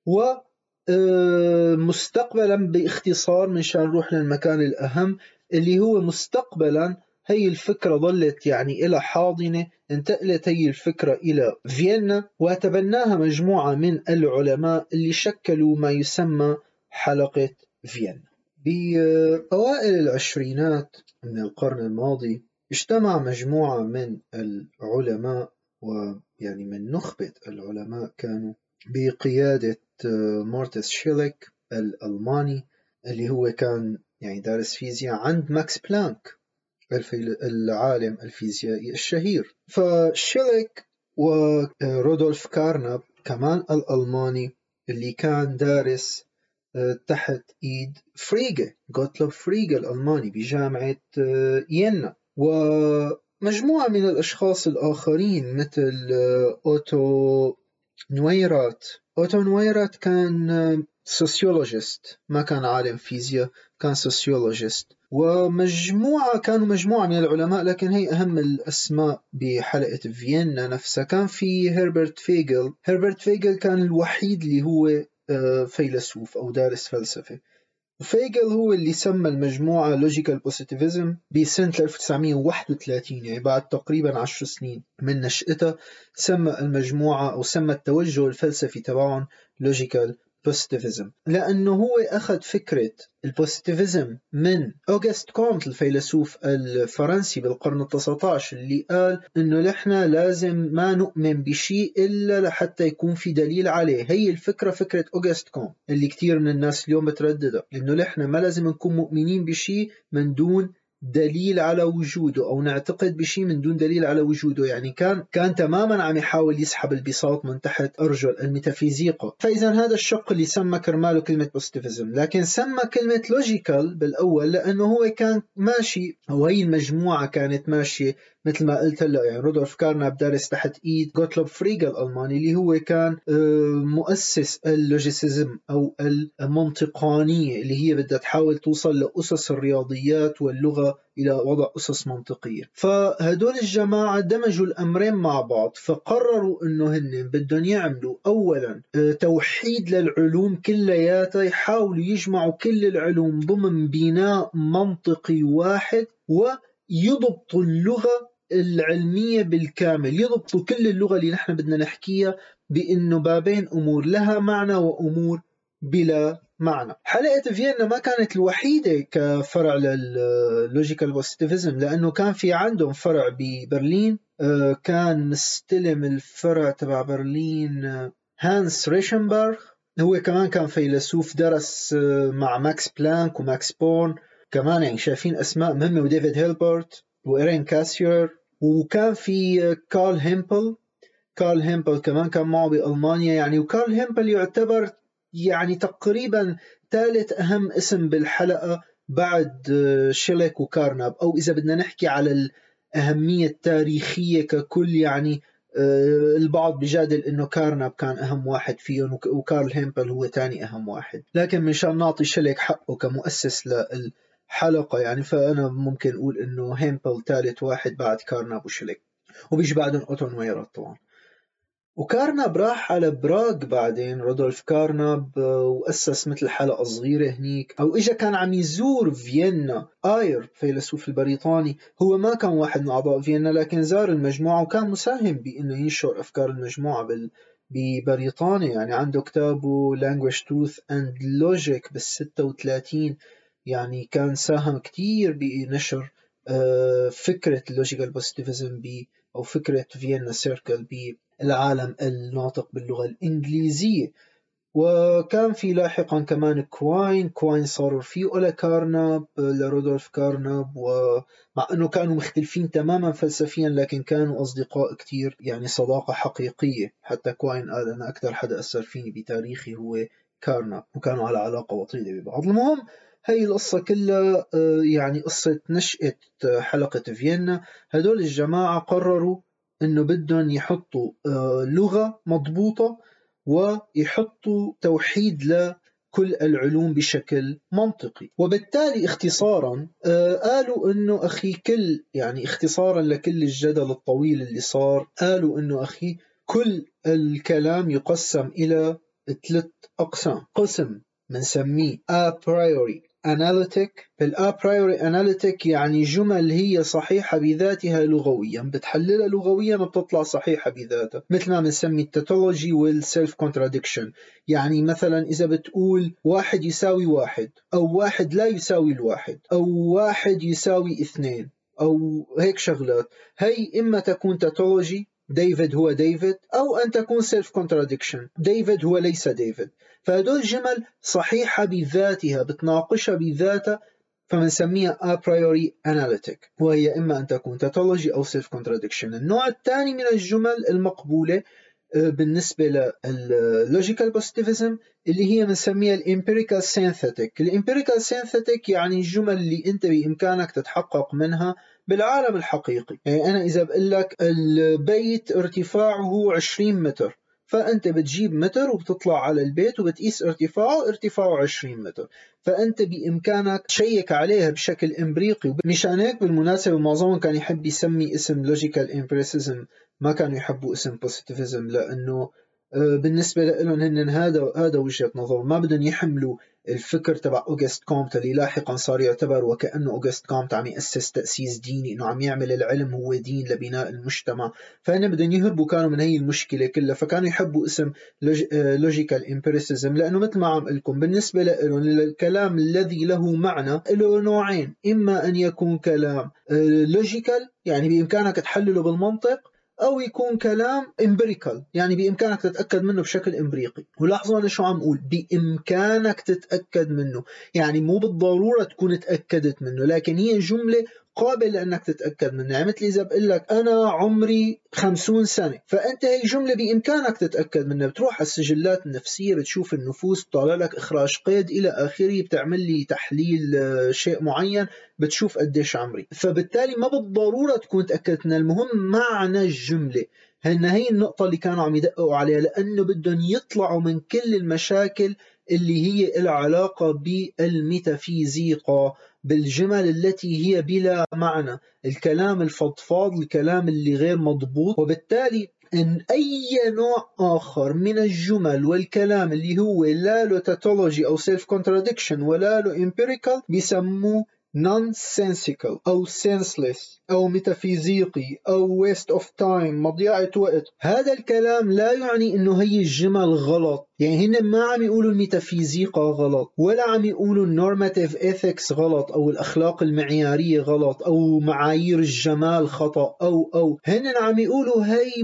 ومستقبلا باختصار من شان نروح للمكان الأهم اللي هو مستقبلا. هي الفكرة ظلت يعني إلى حاضنة، انتقلت هي الفكرة إلى فيينا، وتبناها مجموعة من العلماء اللي شكلوا ما يسمى حلقة فيينا. بأوائل العشرينات من القرن الماضي اجتمع مجموعة من العلماء، ويعني من نخبة العلماء، كانوا بقيادة مارتس شيلك الألماني، اللي هو كان يعني دارس فيزياء عند ماكس بلانك العالم الفيزيائي الشهير. فشيلك ورودولف كارناب كمان الألماني اللي كان دارس تحت إيد فريغا، غوتلوب فريغا الألماني بجامعة يينا، ومجموعة من الأشخاص الآخرين مثل أوتو نويرات. أوتو نويرات كان سوسيولوجيست، ما كان عالم فيزياء، كان سوسيولوجيست. كانوا مجموعة من العلماء، لكن هي أهم الأسماء بحلقة فيينا نفسها. كان في هربرت فيغل كان الوحيد اللي هو فيلسوف أو دارس فلسفة. فيغل هو اللي سمى المجموعة لوجيكال بوزيتيفيزم بسنة 1931، يعني بعد تقريبا 10 سنين من نشأتها، سمى المجموعة أو سمى التوجه الفلسفي تبعهم لوجيكال بوزيتيفيزم، لأنه هو أخذ فكرة البوزيتيفيزم من أوغست كومت الفيلسوف الفرنسي بالقرن ال19 اللي قال إنه نحن لازم ما نؤمن بشيء إلا لحتى يكون في دليل عليه. هي الفكرة فكرة أوغست كومت اللي كتير من الناس اليوم بترددها، إنه نحن ما لازم نكون مؤمنين بشيء من دون دليل على وجوده، أو نعتقد بشيء من دون دليل على وجوده. يعني كان تماما عم يحاول يسحب البساط من تحت أرجل الميتافيزيقا. فإذا هذا الشق اللي سمى كرماله كلمة بوزيتيفيزم، لكن سمى كلمة لوجيكال بالأول لأنه هو كان ماشي، أو هي المجموعة كانت ماشية مثل ما قلت هلا. يعني رودولف كارناب دارس تحت ايد غوتلوب فريغا الألماني اللي هو كان مؤسس اللوجيسيزم أو المنطقانية، اللي هي بدها تحاول توصل لأسس الرياضيات واللغة إلى وضع أسس منطقية. فهدول الجماعة دمجوا الأمرين مع بعض، فقرروا أنه هن بدهم يعملوا أولا توحيد للعلوم كلياتها، يحاولوا يجمعوا كل العلوم ضمن بناء منطقي واحد، ويضبطوا اللغة العلمية بالكامل، يضبطوا كل اللغة اللي نحن بدنا نحكيها بأنه بابين أمور لها معنى وأمور بلا معنى. حلقة فيينا ما كانت الوحيدة كفرع لللوجيكال بوزيتيفيزم، لأنه كان في عندهم فرع ببرلين كان مستلم الفرع تبع برلين هانس ريشنبرغ، هو كمان كان فيلسوف درس مع ماكس بلانك وماكس بورن كمان، يعني شايفين أسماء مهمة، وديفيد هيلبرت وإيرين كاسير. وكان في كارل هيمبل كمان كان معه بألمانيا يعني. وكارل هيمبل يعتبر يعني تقريبا ثالث أهم اسم بالحلقة بعد شيلك وكارناب، أو إذا بدنا نحكي على الأهمية التاريخية ككل، يعني البعض بيجادل إنه كارناب كان أهم واحد فيهم وكارل هيمبل هو ثاني أهم واحد، لكن مشان نعطي شيلك حقه كمؤسس للحلقة يعني، فأنا ممكن أقول إنه هيمبل ثالث واحد بعد كارناب وشيلك، وبيجي بعدهم أوتون ويرات طبعا. وكارناب راح على براغ بعدين، رودولف كارناب، وأسس مثل حلقة صغيرة هنيك، أو إجا كان عم يزور فيينا. آير فيلسوف البريطاني هو ما كان واحد من أعضاء فيينا، لكن زار المجموعة وكان مساهم بأنه ينشر أفكار المجموعة ببريطانيا. يعني عنده كتابه Language Truth and Logic بال36، يعني كان ساهم كتير بنشر فكرة اللوجيكال بوزيتيفيزم أو فكرة فيينا سيركل بالعالم الناطق باللغة الإنجليزية. وكان في لاحقا كمان كواين صار رفيقه لكارناب لرودولف كارناب، ومع أنه كانوا مختلفين تماما فلسفيا لكن كانوا أصدقاء كتير، يعني صداقة حقيقية. حتى كواين قال أنا أكثر حدا أثر فيني بتاريخي هو كارناب، وكانوا على علاقة وطيدة ببعض. المهم هاي القصة كلها يعني قصة نشأة حلقة فيينا. هدول الجماعة قرروا أنه بدهم يحطوا لغة مضبوطة ويحطوا توحيد لكل العلوم بشكل منطقي. وبالتالي اختصارا قالوا أنه أخي يعني اختصارا لكل الجدل الطويل اللي صار، قالوا أنه أخي كل الكلام يقسم إلى 3 أقسام. قسم منسميه a priori analytic. بالa priori analytic يعني جمل هي صحيحة بذاتها لغويا، بتحللها لغويا بتطلع صحيحة بذاتها، مثل ما بنسمي التاتولوجي والسيلف كونتراديكشن. يعني مثلا إذا بتقول 1 يساوي 1، أو 1 لا يساوي 1، أو 1 يساوي 2، أو هيك شغلات، هي إما تكون تاتولوجي ديفيد هو ديفيد، أو أن تكون سيلف كونتراديكشن ديفيد هو ليس ديفيد. فهدول جمل صحيحة بذاتها بتناقشها بذاتها، فمنسميها a priori analytic، وهي إما أن تكون tautology أو self contradiction. النوع الثاني من الجمل المقبولة بالنسبة للوجيكال بوزيتيفيزم اللي هي بنسميها الامبيريكال سينثيتيك. الامبيريكال سينثيتيك يعني الجمل اللي انت بإمكانك تتحقق منها بالعالم الحقيقي. يعني أنا إذا بقول لك البيت ارتفاعه 20 متر، فأنت بتجيب متر وبتطلع على البيت وبتقيس ارتفاعه 20 متر، فأنت بإمكانك تشيك عليها بشكل إمبريقي. مشان هيك بالمناسبة معظمهم كان يحب يسمي اسم لوجيكال إمبريسيزم، ما كانوا يحبوا اسم بوزيتيفيزم، لأنه بالنسبة لهم هن هذا وجهة نظر، ما بدهم يحملوا الفكر تبع أوغست كومت اللي لاحقا صار يعتبر وكأنه أوغست كومت عم يأسس تأسيس ديني، إنه عم يعمل العلم هو دين لبناء المجتمع. فهن بدهم يهربوا كانوا من هي المشكلة كلها، فكانوا يحبوا اسم لوجيكال امبيريسيزم، لأنه مثل ما عم لكم بالنسبة لهم الكلام الذي له معنى له نوعين: إما أن يكون كلام لوجيكال يعني بإمكانك تحلله بالمنطق، أو يكون كلام امبريكال يعني بإمكانك تتأكد منه بشكل امبريقي. ولاحظوا أنا شو عم أقول، بإمكانك تتأكد منه، يعني مو بالضرورة تكون تأكدت منه، لكن هي جملة قابل لأنك تتأكد منها. يعني مثل إذا بقول لك أنا عمري 50 سنة، فأنت هي جملة بإمكانك تتأكد منها. بتروح على السجلات النفسية، بتشوف النفوس، بتطلع لك إخراج قيد إلى آخره، بتعمل لي تحليل شيء معين، بتشوف قديش عمري. فبالتالي ما بالضرورة تكون تأكدت منها، المهم معنى الجملة. هي النقطة اللي كانوا عم يدققوا عليها، لأنه بدهم يطلعوا من كل المشاكل اللي هي العلاقة بالميتافيزيقا، بالجمل التي هي بلا معنى، الكلام الفضفاض، الكلام اللي غير مضبوط. وبالتالي إن أي نوع آخر من الجمل والكلام اللي هو لا له tautology أو self contradiction ولا له empirical بيسموه nonsensical أو senseless أو ميتافيزيقي أو waste of time، مضيعة وقت. هذا الكلام لا يعني إنه هي الجمل غلط، يعني هن ما عم يقولوا الميتافيزيقا غلط، ولا عم يقولوا normative ethics غلط أو الأخلاق المعيارية غلط أو معايير الجمال خطأ أو هن عم يقولوا هي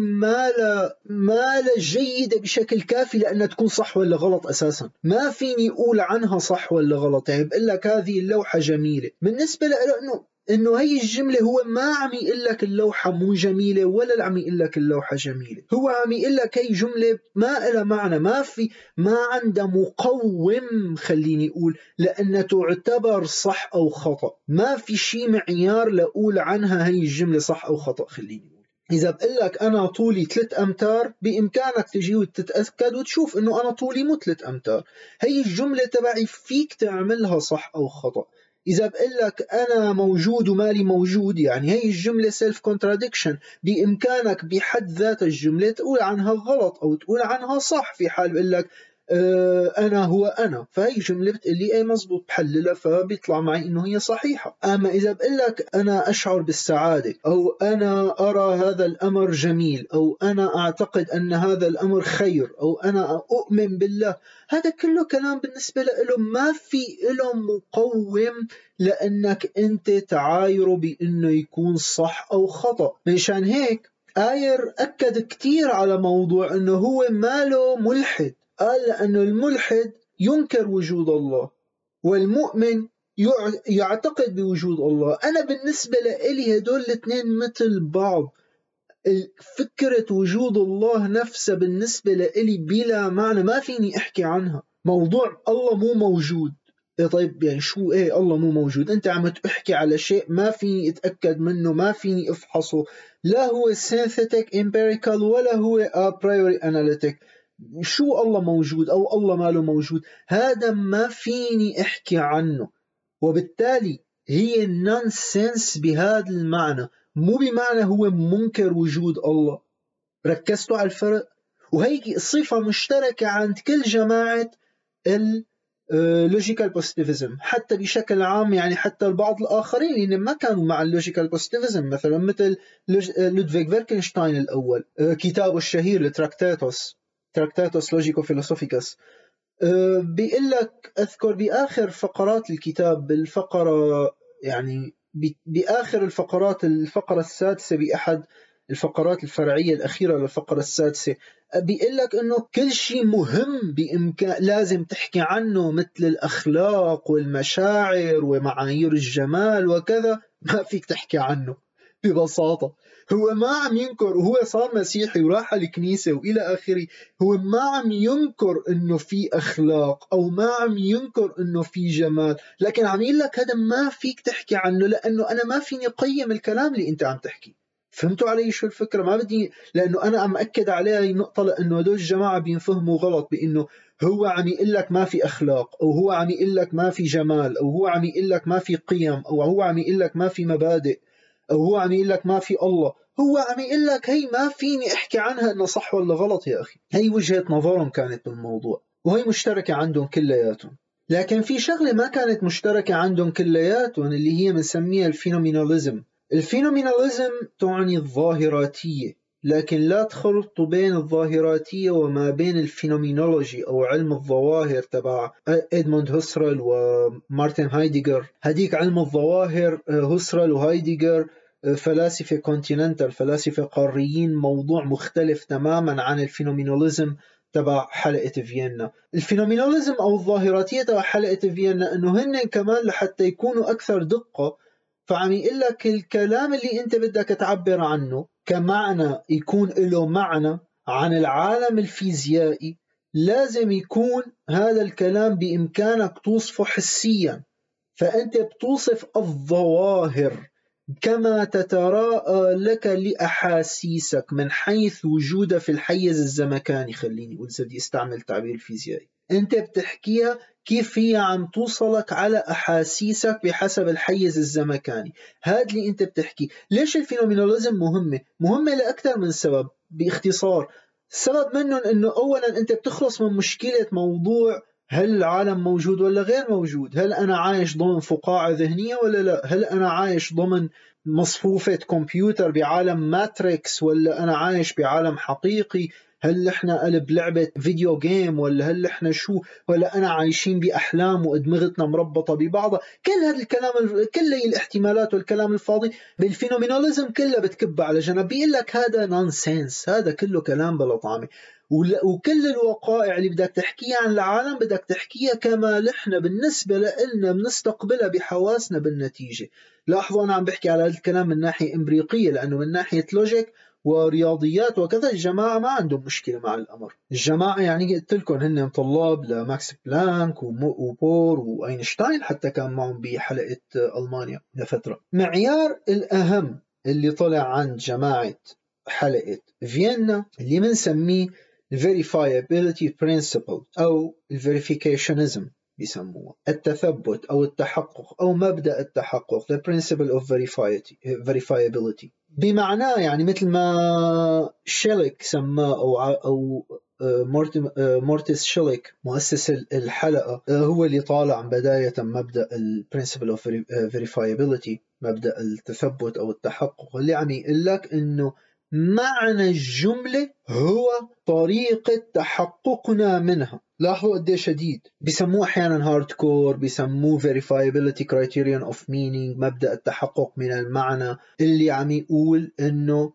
ما لا جيدة بشكل كافي لأنها تكون صح ولا غلط أساسا، ما فيني أقول عنها صح ولا غلط. يعني بقول لك هذه اللوحة جميلة، بالنسبة له إنه هي الجملة هو ما عم يقول لك اللوحة مو جميلة ولا عم يقول لك اللوحة جميلة، هو عم يقول لك هي جملة ما لها معنى، ما عندها مقوم خليني أقول لأنها تعتبر صح أو خطأ، ما في شيء معيار لأقول عنها هي الجملة صح أو خطأ. خليني أقول إذا بقول لك أنا طولي 3 أمتار، بإمكانك تجي وتتأكد وتشوف إنه أنا طولي مو 3 أمتار، هي الجملة تبعي فيك تعملها صح أو خطأ. إذا بقول لك أنا موجود ومالي موجود، يعني هي الجملة self contradiction، بإمكانك بحد ذات الجملة تقول عنها غلط أو تقول عنها صح. في حال بقول لك أنا هو أنا، فهي جملة بتقلي أي مزبوط، بحللها فبيطلع معي إنه هي صحيحة. أما إذا بقول لك أنا أشعر بالسعادة، أو أنا أرى هذا الأمر جميل، أو أنا أعتقد أن هذا الأمر خير، أو أنا أؤمن بالله، هذا كله كلام بالنسبة له ما في له مقوم لأنك أنت تعايره بأنه يكون صح أو خطأ. مشان هيك آير أكد كتير على موضوع أنه هو ماله ملحد، قال لأنه الملحد ينكر وجود الله والمؤمن يعتقد بوجود الله. أنا بالنسبة لي هدول الاثنين مثل بعض، فكرة وجود الله نفسها بالنسبة لي بلا معنى، ما فيني أحكي عنها. موضوع الله مو موجود، طيب يعني شو الله مو موجود؟ أنت عم تحكي على شيء ما فيني أتأكد منه، ما فيني أفحصه، لا هو synthetic empirical ولا هو a priori analytic. شو الله موجود أو الله ما له موجود؟ هذا ما فيني أحكي عنه. وبالتالي هي nonsense بهذا المعنى، مو بمعنى هو منكر وجود الله. ركزتوا على الفرق؟ وهي صفة مشتركة عند كل جماعة اللوجيكال بوزيتيفيزم حتى بشكل عام، يعني حتى البعض الآخرين اللي ما كانوا مع اللوجيكال بوزيتيفيزم، مثلا مثل لودفيغ فيركنشتاين الأول، كتابه الشهير لتراكتاتوس لوجيكو فيلوسوفيكس، بيقول لك أذكر بآخر فقرات الكتاب، بالفقرة يعني بآخر الفقرات، الفقرة السادسة بأحد الفقرات الفرعية الأخيرة للفقرة السادسة، بيقول لك إنه كل شيء مهم بإمكان لازم تحكي عنه، مثل الأخلاق والمشاعر ومعايير الجمال وكذا، ما فيك تحكي عنه. ببساطة هو ما عم ينكر، وهو صار مسيحي وراح على الكنيسة وإلى آخره، هو ما عم ينكر إنه في أخلاق أو ما عم ينكر إنه في جمال، لكن عم يقول لك هذا ما فيك تحكي عنه لأنه أنا ما فيني أقيم الكلام اللي أنت عم تحكي. فهمتوا علي شو الفكرة؟ ما بدي، لأنه أنا عم أكد عليها النقطة، لأنه هدول الجماعة بينفهموا غلط، بأنه هو عم يقول لك ما في أخلاق، أو هو عم يقول لك ما في جمال، أو هو عم يقول لك ما في قيم، أو هو عم يقول لك ما في مبادئ، أو هو عم يقول لك ما في الله. هو عم يقول لك هي ما فيني احكي عنها انه صح ولا غلط يا اخي، هي وجهة نظرهم كانت بالموضوع وهي مشتركة عندهم كلياتهم. لكن في شغلة ما كانت مشتركة عندهم كلياتهم اللي هي بنسميها الفينوميناليزم. الفينوميناليزم تعني الظاهراتية، لكن لا تخلط بين الظاهراتية وما بين الفينومينولوجي أو علم الظواهر تبع إدموند هوسرل ومارتن هايديغر. هديك علم الظواهر هوسرل وهايديغر فلاسفة كونتيننتال، فلاسفة قاريين، موضوع مختلف تماما عن الفينوميناليزم تبع حلقة فيينا. الفينوميناليزم أو الظاهراتية تبع حلقة فيينا إنه هن كمان لحتى يكونوا أكثر دقة، فعم يقول لك الكلام اللي أنت بدك تعبر عنه كمعنى يكون له معنى عن العالم الفيزيائي، لازم يكون هذا الكلام بإمكانك توصفه حسيا. فأنت بتوصف الظواهر كما تتراءى لك لأحاسيسك من حيث وجودها في الحيز الزمكاني. خليني أقول بدي استعمل تعبير الفيزيائي، أنت بتحكيها كيف هي عم توصلك على أحاسيسك بحسب الحيز الزمكاني. هذا اللي أنت بتحكي. ليش الفينوميناليزم مهمة لأكثر من سبب. باختصار، السبب منهم أنه أولا أنت بتخلص من مشكلة موضوع هل العالم موجود ولا غير موجود؟ هل أنا عايش ضمن فقاعة ذهنية ولا لا؟ هل أنا عايش ضمن مصفوفة كمبيوتر بعالم ماتريكس ولا أنا عايش بعالم حقيقي؟ هل احنا قلب لعبة فيديو جيم ولا هل احنا شو؟ ولا أنا عايشين بأحلام وأدمغتنا مربطة ببعضها؟ كل هذا الكلام، كل الاحتمالات والكلام الفاضي بالفينوميناليزم كلها بتكب على جنب. بيقول لك هذا نونسنس، هذا كله كلام بلا طعمة. وكل الوقائع اللي بدك تحكيها عن العالم بدك تحكيها كما نحن بالنسبة لنا بنستقبلها بحواسنا بالنتيجة. لاحظوا أنا عم بحكي على هذا الكلام من ناحية إمبريقية، لأنه من ناحية لوجيك ورياضيات وكذا الجماعة ما عندهم مشكلة مع الأمر. الجماعة يعني قلت لكم هن طلاب لماكس بلانك وبور وأينشتاين، حتى كان معهم بحلقة ألمانيا لفترة. معيار الأهم اللي طلع عند جماعة حلقة فيينا اللي بنسميه verifiability principle أو verificationism بيسموه، التثبت أو التحقق أو مبدأ التحقق، the principle of verifiability. بمعناه يعني مثل ما شيليك سماه أو مورتيس شيليك مؤسس الحلقة هو اللي طالع بداية مبدأ principle of verifiability، مبدأ التثبت أو التحقق، اللي عم يقول لك إنه معنى الجملة هو طريقة تحققنا منها. لاحظوا قد ايه شديد. بيسموه احيانا هارد كور، بيسموه verifiability criterion of meaning، مبدأ التحقق من المعنى، اللي عم يقول انه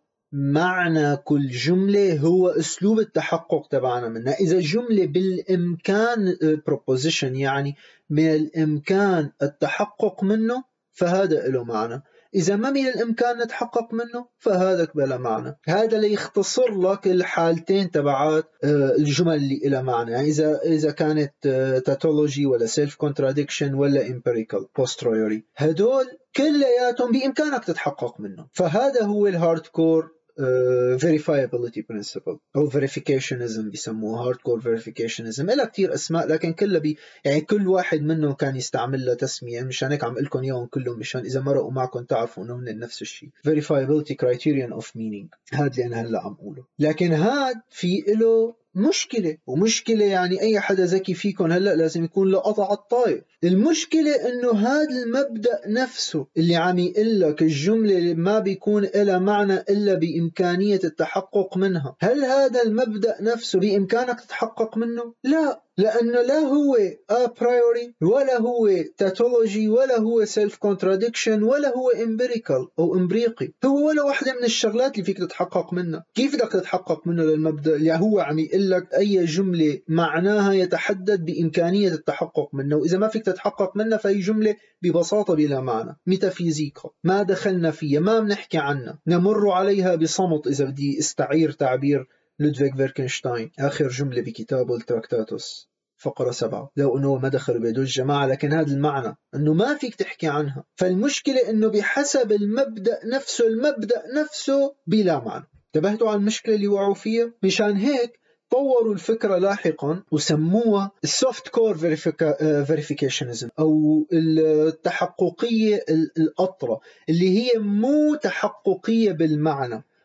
معنى كل جملة هو اسلوب التحقق تبعنا منها. اذا جملة بالامكان proposition يعني من الامكان التحقق منه فهذا له معنى، إذا ما من الإمكان نتحقق منه فهذا بلا معنى. هذا ليختصر لك الحالتين تبعات الجمل اللي إلى معنى، يعني إذا كانت تاتولوجي ولا سيلف كونتراديكشن ولا امبيريكال بوستريوري، هدول كلياتهم بإمكانك تتحقق منهم. فهذا هو الهارد كور verifiability principle أو verificationism بيسموه hardcore verificationism. إلها كتير أسماء لكن كلها يعني كل واحد منهم كان يستعمل له تسمية، مشان هيك عم قلكم إياهم كلهم مشان إذا مرقوا معكم تعرفوا إنه هن نفس الشيء. verifiability criterion of meaning، هاد اللي أنا هلا عم قوله. لكن هاد في له مشكلة، ومشكلة يعني أي حدا ذكي فيكم هلأ لازم يكون له قطع الطاير. المشكلة إنه هذا المبدأ نفسه اللي عم يقلك الجملة اللي ما بيكون إلها معنى إلا بإمكانية التحقق منها، هل هذا المبدأ نفسه بإمكانك تتحقق منه؟ لا، لأنه لا هو a priori ولا هو tautology ولا هو self contradiction ولا هو empirical أو إمبريقي، هو ولا واحدة من الشغلات اللي فيك تتحقق منها. كيف بدك تتحقق منه للمبدأ اللي هو عم يقلك أي جملة معناها يتحدد بإمكانية التحقق منه، وإذا ما فيك تتحقق منها فهي جملة ببساطة بلا معنى، ميتافيزيقا ما دخلنا فيها، ما بنحكي عنها، نمر عليها بصمت إذا بدي استعير تعبير لودفيغ فيركنشتاين آخر جملة بكتابه التراكتاتوس فقرة 7، لو أنه ما دخلوا بيدو الجماعة، لكن هذا المعنى أنه ما فيك تحكي عنها. فالمشكلة أنه بحسب المبدأ نفسه، المبدأ نفسه بلا معنى. انتبهتوا على المشكلة اللي وقعوا فيها؟ مشان هيك طوروا الفكرة لاحقا وسموها السوفت كور فيريفيكيشنزم أو التحققية الأطرة، اللي هي مو تحققية بالمعنى،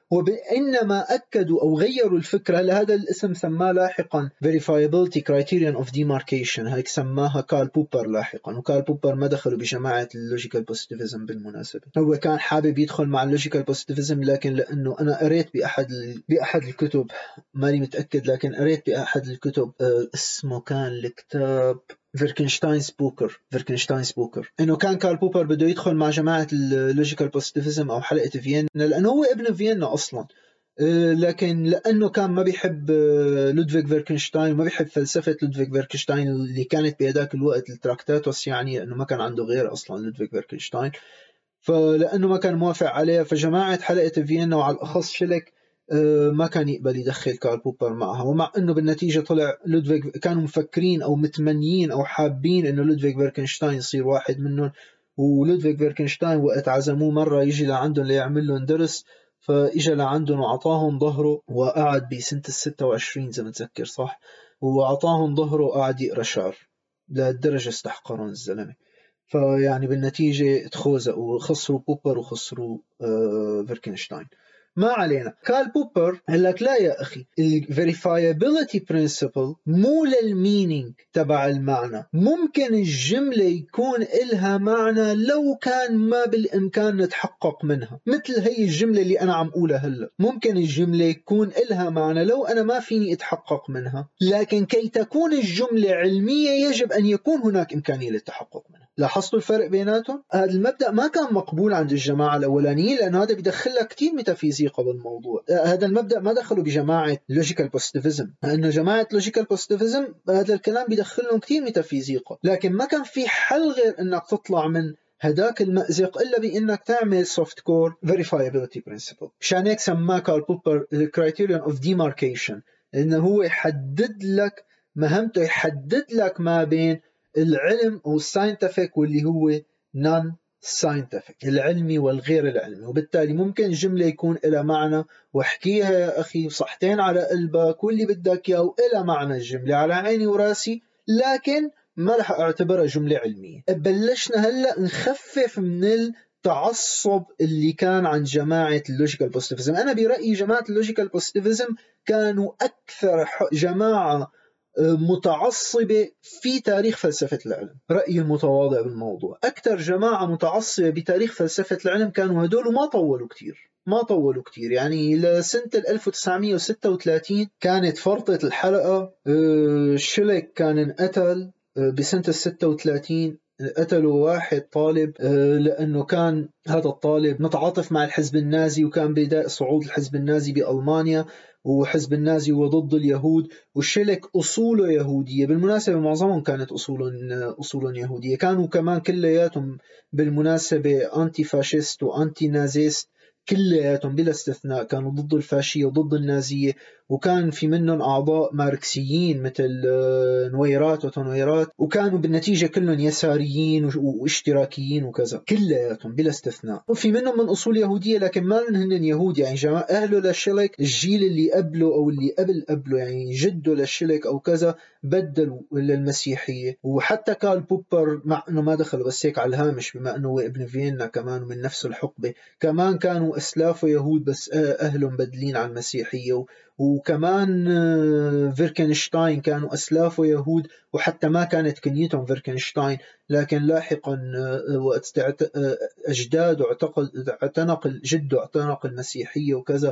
وإنما أكدوا أو غيروا الفكرة. هذا الاسم سماه لاحقا Verifiability Criterion of Demarcation، هيك سماها كارل بوبر لاحقا. وكارل بوبر ما دخلوا بجماعة اللوجيكال بوزيتيفيزم بالمناسبة، هو كان حابب يدخل مع اللوجيكال بوزيتيفيزم، لكن لأنه أنا قريت بأحد الكتب، ماني متأكد، لكن قريت بأحد الكتب اسمه كان الكتاب فيركنشتاينز بوكر، انه كان كارل بوبر بده يدخل مع جماعه اللوجيكال بوزيتيفيزم او حلقه فيينا، لانه هو ابن فيينا اصلا، لكن لانه كان ما بيحب لودفيغ فيركنشتاين وما بيحب فلسفه لودفيغ فيركنشتاين اللي كانت بهذاك الوقت التراكتاتوس، يعني لانه ما كان عنده غير اصلا لودفيغ فيركنشتاين، فلانه ما كان موافق عليها، فجماعه حلقه فيينا وعلى الاخص شيلك ما كان يقبل يدخل كارل بوبر معها. ومع انه بالنتيجه طلع لودفيغ، كانوا مفكرين او متمنيين او حابين انه لودفيغ فيركنشتاين يصير واحد منهم، ولودفيغ فيركنشتاين وقت عزموه مره يجي لعندهم ليعمل لهم درس، فاجى لعندهم وعطاهم ظهره وقعد بسنه ال26 اذا متذكر صح، وعطاهم ظهره وقعد يقرا شعر، لهالدرجه استحقرهم الزلمه. فيعني بالنتيجة تخوزقوا وخسروا بوبر وخسروا فيركنشتاين. ما علينا. كارل بوبر قال لك لا يا أخي، ال verifiability principle مو للمينينج تبع المعنى، ممكن الجملة يكون إلها معنى لو كان ما بالإمكان نتحقق منها، مثل هي الجملة اللي أنا عم أقولها هلأ، ممكن الجملة يكون إلها معنى لو أنا ما فيني أتحقق منها، لكن كي تكون الجملة علمية يجب أن يكون هناك إمكانية للتحقق منها. لاحظتوا الفرق بيناتهم؟ هذا المبدأ ما كان مقبول عند الجماعة الأولانيين، لأنه هذا بيدخلها كتير ميتافيزيقا بالموضوع. هذا المبدأ ما دخلوا بجماعة لوجيكال بوزيتيفيزم، لأنه جماعة لوجيكال بوزيتيفيزم هذا الكلام بيدخلهم كتير ميتافيزيقا، لكن ما كان في حل غير أنك تطلع من هداك المأزق إلا بأنك تعمل soft core verifiability principle. مشان هيك سماه كارل بوبر criterion of demarcation، إنه هو يحدد لك مهمته، يحدد لك ما بين العلم أو الساينتفك واللي هو نون ساينتفك، العلمي والغير العلمي. وبالتالي ممكن جملة يكون لها معنى واحكيها يا أخي صحتين على قلبك واللي بدك إياه وإلها معنى، الجملة على عيني وراسي، لكن ما رح أعتبرها جملة علمية. بلشنا هلأ نخفف من التعصب اللي كان عند جماعة اللوجيكال بوزيتيفيزم. أنا برأيي جماعة اللوجيكال بوزيتيفيزم كانوا أكثر جماعة متعصبة في تاريخ فلسفة العلم. رأيي المتواضع بالموضوع، أكثر جماعة متعصبة بتاريخ فلسفة العلم كانوا هدول، وما طولوا كتير يعني لسنة 1936 كانت فرطة الحلقة. شيلك كان انقتل بسنة 36، قتلوا واحد طالب لأنه كان هذا الطالب متعاطف مع الحزب النازي، وكان بداية صعود الحزب النازي بألمانيا، وحزب النازي هو ضد اليهود، وشيلك أصوله يهودية. بالمناسبة معظمهم كانت أصولهم يهودية، كانوا كمان كلياتهم بالمناسبة أنتي فاشيست وأنتي نازيست، كلياتهم بلا استثناء كانوا ضد الفاشية وضد النازية، وكان في منهم أعضاء ماركسيين مثل نويرات وتنويرات، وكانوا بالنتيجة كلهم يساريين واشتراكيين وكذا، كلياتهم بلا استثناء. وفي منهم من أصول يهودية لكن ما هن يهود، يعني جماعة أهله لشيلك الجيل اللي قبله أو اللي قبله يعني جده لشيلك أو كذا بدلوا للمسيحية. وحتى كارل بوبر مع أنه ما دخل بس هيك على الهامش، بما أنه هو ابن فيينا كمان من نفس الحقبة، كمان كانوا أسلافه يهود بس أهلهم بدلين على المسيحية. وكمان فيركنشتاين كانوا أسلافه يهود، وحتى ما كانت كنيتهم فيركنشتاين، لكن لاحقا وقت أجداده جده اعتنق المسيحية وكذا،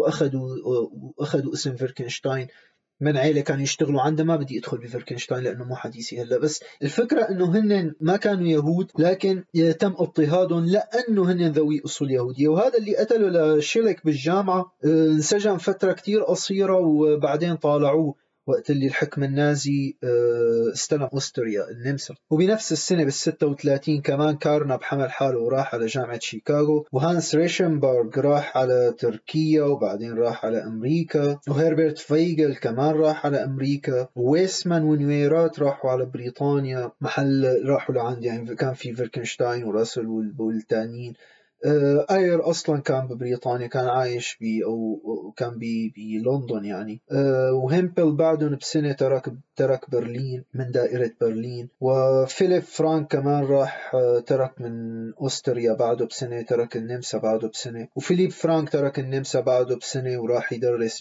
وأخذوا اسم فيركنشتاين من عيلة كانوا يشتغلوا عندها. ما بدي أدخل بفيركنشتاين لأنه مو حديثي هلا، بس الفكرة أنه هن ما كانوا يهود، لكن تم اضطهادهم لأنه هن ذوي أصول يهودية. وهذا اللي قتله لشيلك بالجامعة انسجن فترة كتير قصيرة، وبعدين طالعوه وقت اللي الحكم النازي استلم أستريا النمسا. وبنفس السنة بال36 كمان كارناب حمل حاله وراح على جامعة شيكاغو، وهانس ريشنبرغ راح على تركيا وبعدين راح على أمريكا، وهربرت فايغل كمان راح على أمريكا، وويسمان ونويرات راحوا على بريطانيا، محل راحوا لعند يعني كان في فيركنشتاين وراسل والتانيين. آير أصلا كان ببريطانيا، كان عايش أو كان بلندن يعني. وهيمبل بعدهم بسنة ترك برلين من دائرة برلين. وفيليب فرانك كمان راح ترك من أستريا بعده بسنة، ترك النمسا بعده بسنة. وفيليب فرانك ترك النمسا بعده بسنة وراح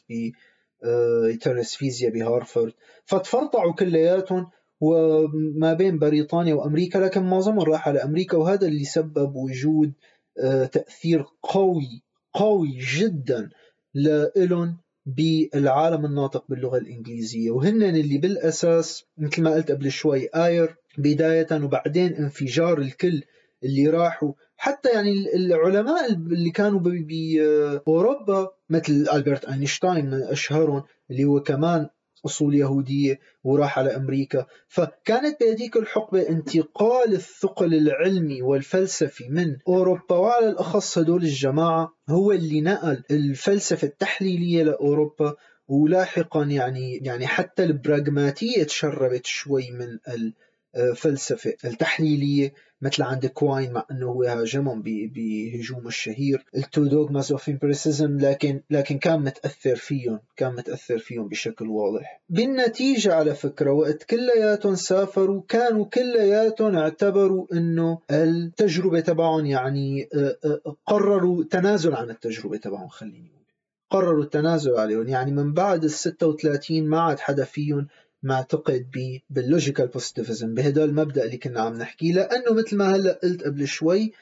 يدرس فيزياء بهارفرد. فتفرطعوا كلياتهم وما بين بريطانيا وأمريكا، لكن معظمهم راح على أمريكا، وهذا اللي سبب وجود تأثير قوي جدا لإلهم بالعالم الناطق باللغة الإنجليزية. وهن اللي بالأساس مثل ما قلت قبل شوي آير بداية، وبعدين انفجار الكل اللي راحوا. حتى يعني العلماء اللي كانوا بأوروبا مثل ألبرت أينشتاين من أشهرهم، اللي هو كمان أصول يهودية وراح على أمريكا. فكانت بهذيك الحقبة انتقال الثقل العلمي والفلسفي من أوروبا، وعلى الأخص هدول الجماعة هو اللي نقل الفلسفة التحليلية لأوروبا. ولاحقا يعني حتى البراغماتية تشربت شوي من الفلسفة التحليلية، مثل عند كواين، مع أنه هو هاجمهم بهجوم الشهير التو دوغماز اوف امبريسيزم، لكن كان متأثر فيهم بشكل واضح. بالنتيجة على فكرة وقت كلياتهم سافروا كانوا كلياتهم اعتبروا أنه التجربة تبعهم يعني قرروا تنازل عن التجربة تبعهم، قرروا التنازل عليهم. يعني من بعد 36 ما عاد حدا فيهم معتقد باللوجيكال بوزيتيفيزم، بهذا المبدأ اللي كنا عم نحكي. لأنه مثل ما هلأ قلت قبل شوي،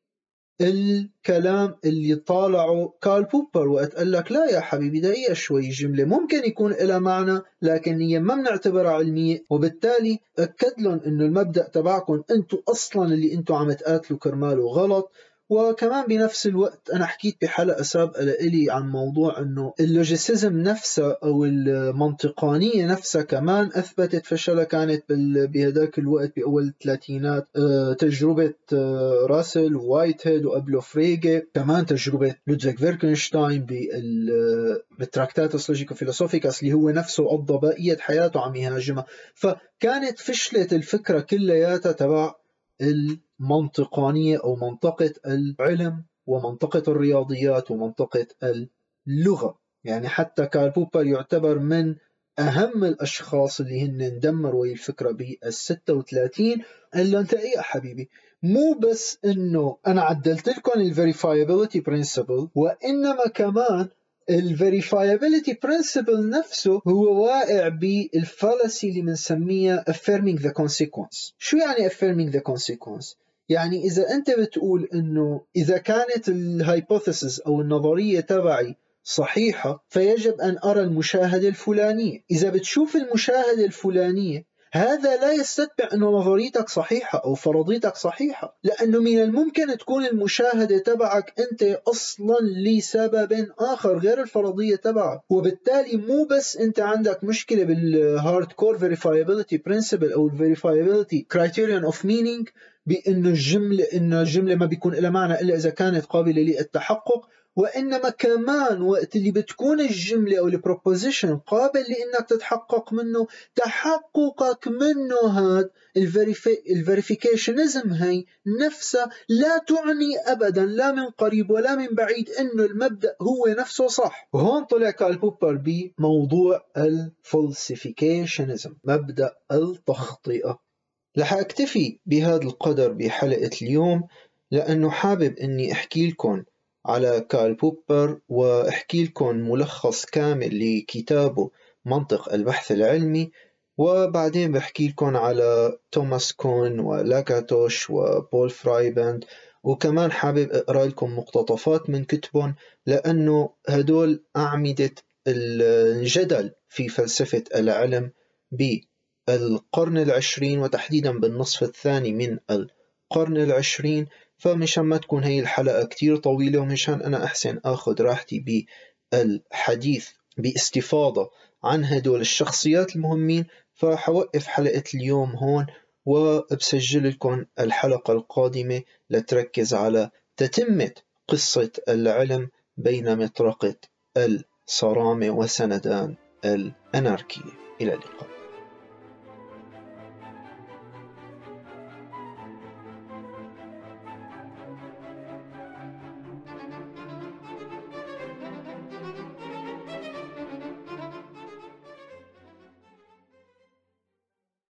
الكلام اللي طالعه كارل بوبر وقت قال لك لا يا حبيبي دقيقة شوي، جملة ممكن يكون لها معنى لكن هي ما بنعتبرها علمية، وبالتالي أكد لهم إنه المبدأ تبعكم أنتم أصلا اللي أنتم عم تقاتلوا كرماله غلط. وكمان بنفس الوقت أنا حكيت بحلقة سابقة لإلي عن موضوع أنه اللوجيسيزم نفسها أو المنطقانية نفسها كمان أثبتت فشلها. كانت بهداك الوقت بأول الثلاثينات تجربة راسل ووايت هيد وقبله فريجي، كمان تجربة لودفيغ فيركنشتاين بالتراكتاتوس لوجيكو فيلوسوفيكاس اللي هو نفسه قضى بقية حياته عم يهاجمها. فكانت فشلت الفكرة كلياتها تبع المنطقانية أو منطقة العلم ومنطقة الرياضيات ومنطقة اللغة. يعني حتى كارل بوبر يعتبر من أهم الأشخاص اللي هن دمروا الفكرة بال36. قال له أنت إيه يا حبيبي، مو بس إنه أنا عدلت لكم الفيريفايابيليتي برينسيبل، وإنما كمان الفيريفايابيليتي برينسيبل نفسه هو واقع بالفالسي اللي بنسميها affirming the consequence. شو يعني affirming the consequence؟ يعني إذا أنت بتقول إنه إذا كانت الهايبوثيسز أو النظرية تبعي صحيحة فيجب أن أرى المشاهدة الفلانية. إذا بتشوف المشاهدة الفلانية هذا لا يستتبع أن نظريتك صحيحة أو فرضيتك صحيحة، لأنه من الممكن تكون المشاهدة تبعك أنت أصلا لسبب آخر غير الفرضية تبعك. وبالتالي مو بس أنت عندك مشكلة بالهارد كور verifiability principle أو verifiability criterion of meaning بأن الجملة ما بيكون لها معنى إلا إذا كانت قابلة للتحقق، وإنما كمان وقت اللي بتكون الجملة أو البروبوزيشن قابل لأنك تتحقق منه، تحققك منه هذا الفيريفيكيشنزم هي نفسها لا تعني أبدا لا من قريب ولا من بعيد إنه المبدأ هو نفسه صح. وهون طلع كارل بوبر بموضوع الفلسفيكيشنزم، مبدأ التخطئة. رح أكتفي بهذا القدر بحلقة اليوم، لأنه حابب أني أحكي لكم على كارل بوبر وأحكي لكم ملخص كامل لكتابه منطق البحث العلمي، وبعدين بحكي لكم على توماس كون ولاكاتوش وبول فرايبند، وكمان حابب أقرأ لكم مقتطفات من كتبهم لأنه هدول أعمدة الجدل في فلسفة العلم بالقرن العشرين، وتحديدا بالنصف الثاني من القرن العشرين. فمشان ما تكون هي الحلقة كتير طويلة ومشان أنا أحسن أخذ راحتي بالحديث باستفاضة عن هدول الشخصيات المهمين، فحوقف حلقة اليوم هون وبسجل لكم الحلقة القادمة لتركز على تتمة قصة العلم بين مطرقة الصرامة وسندان الأناركية. إلى اللقاء.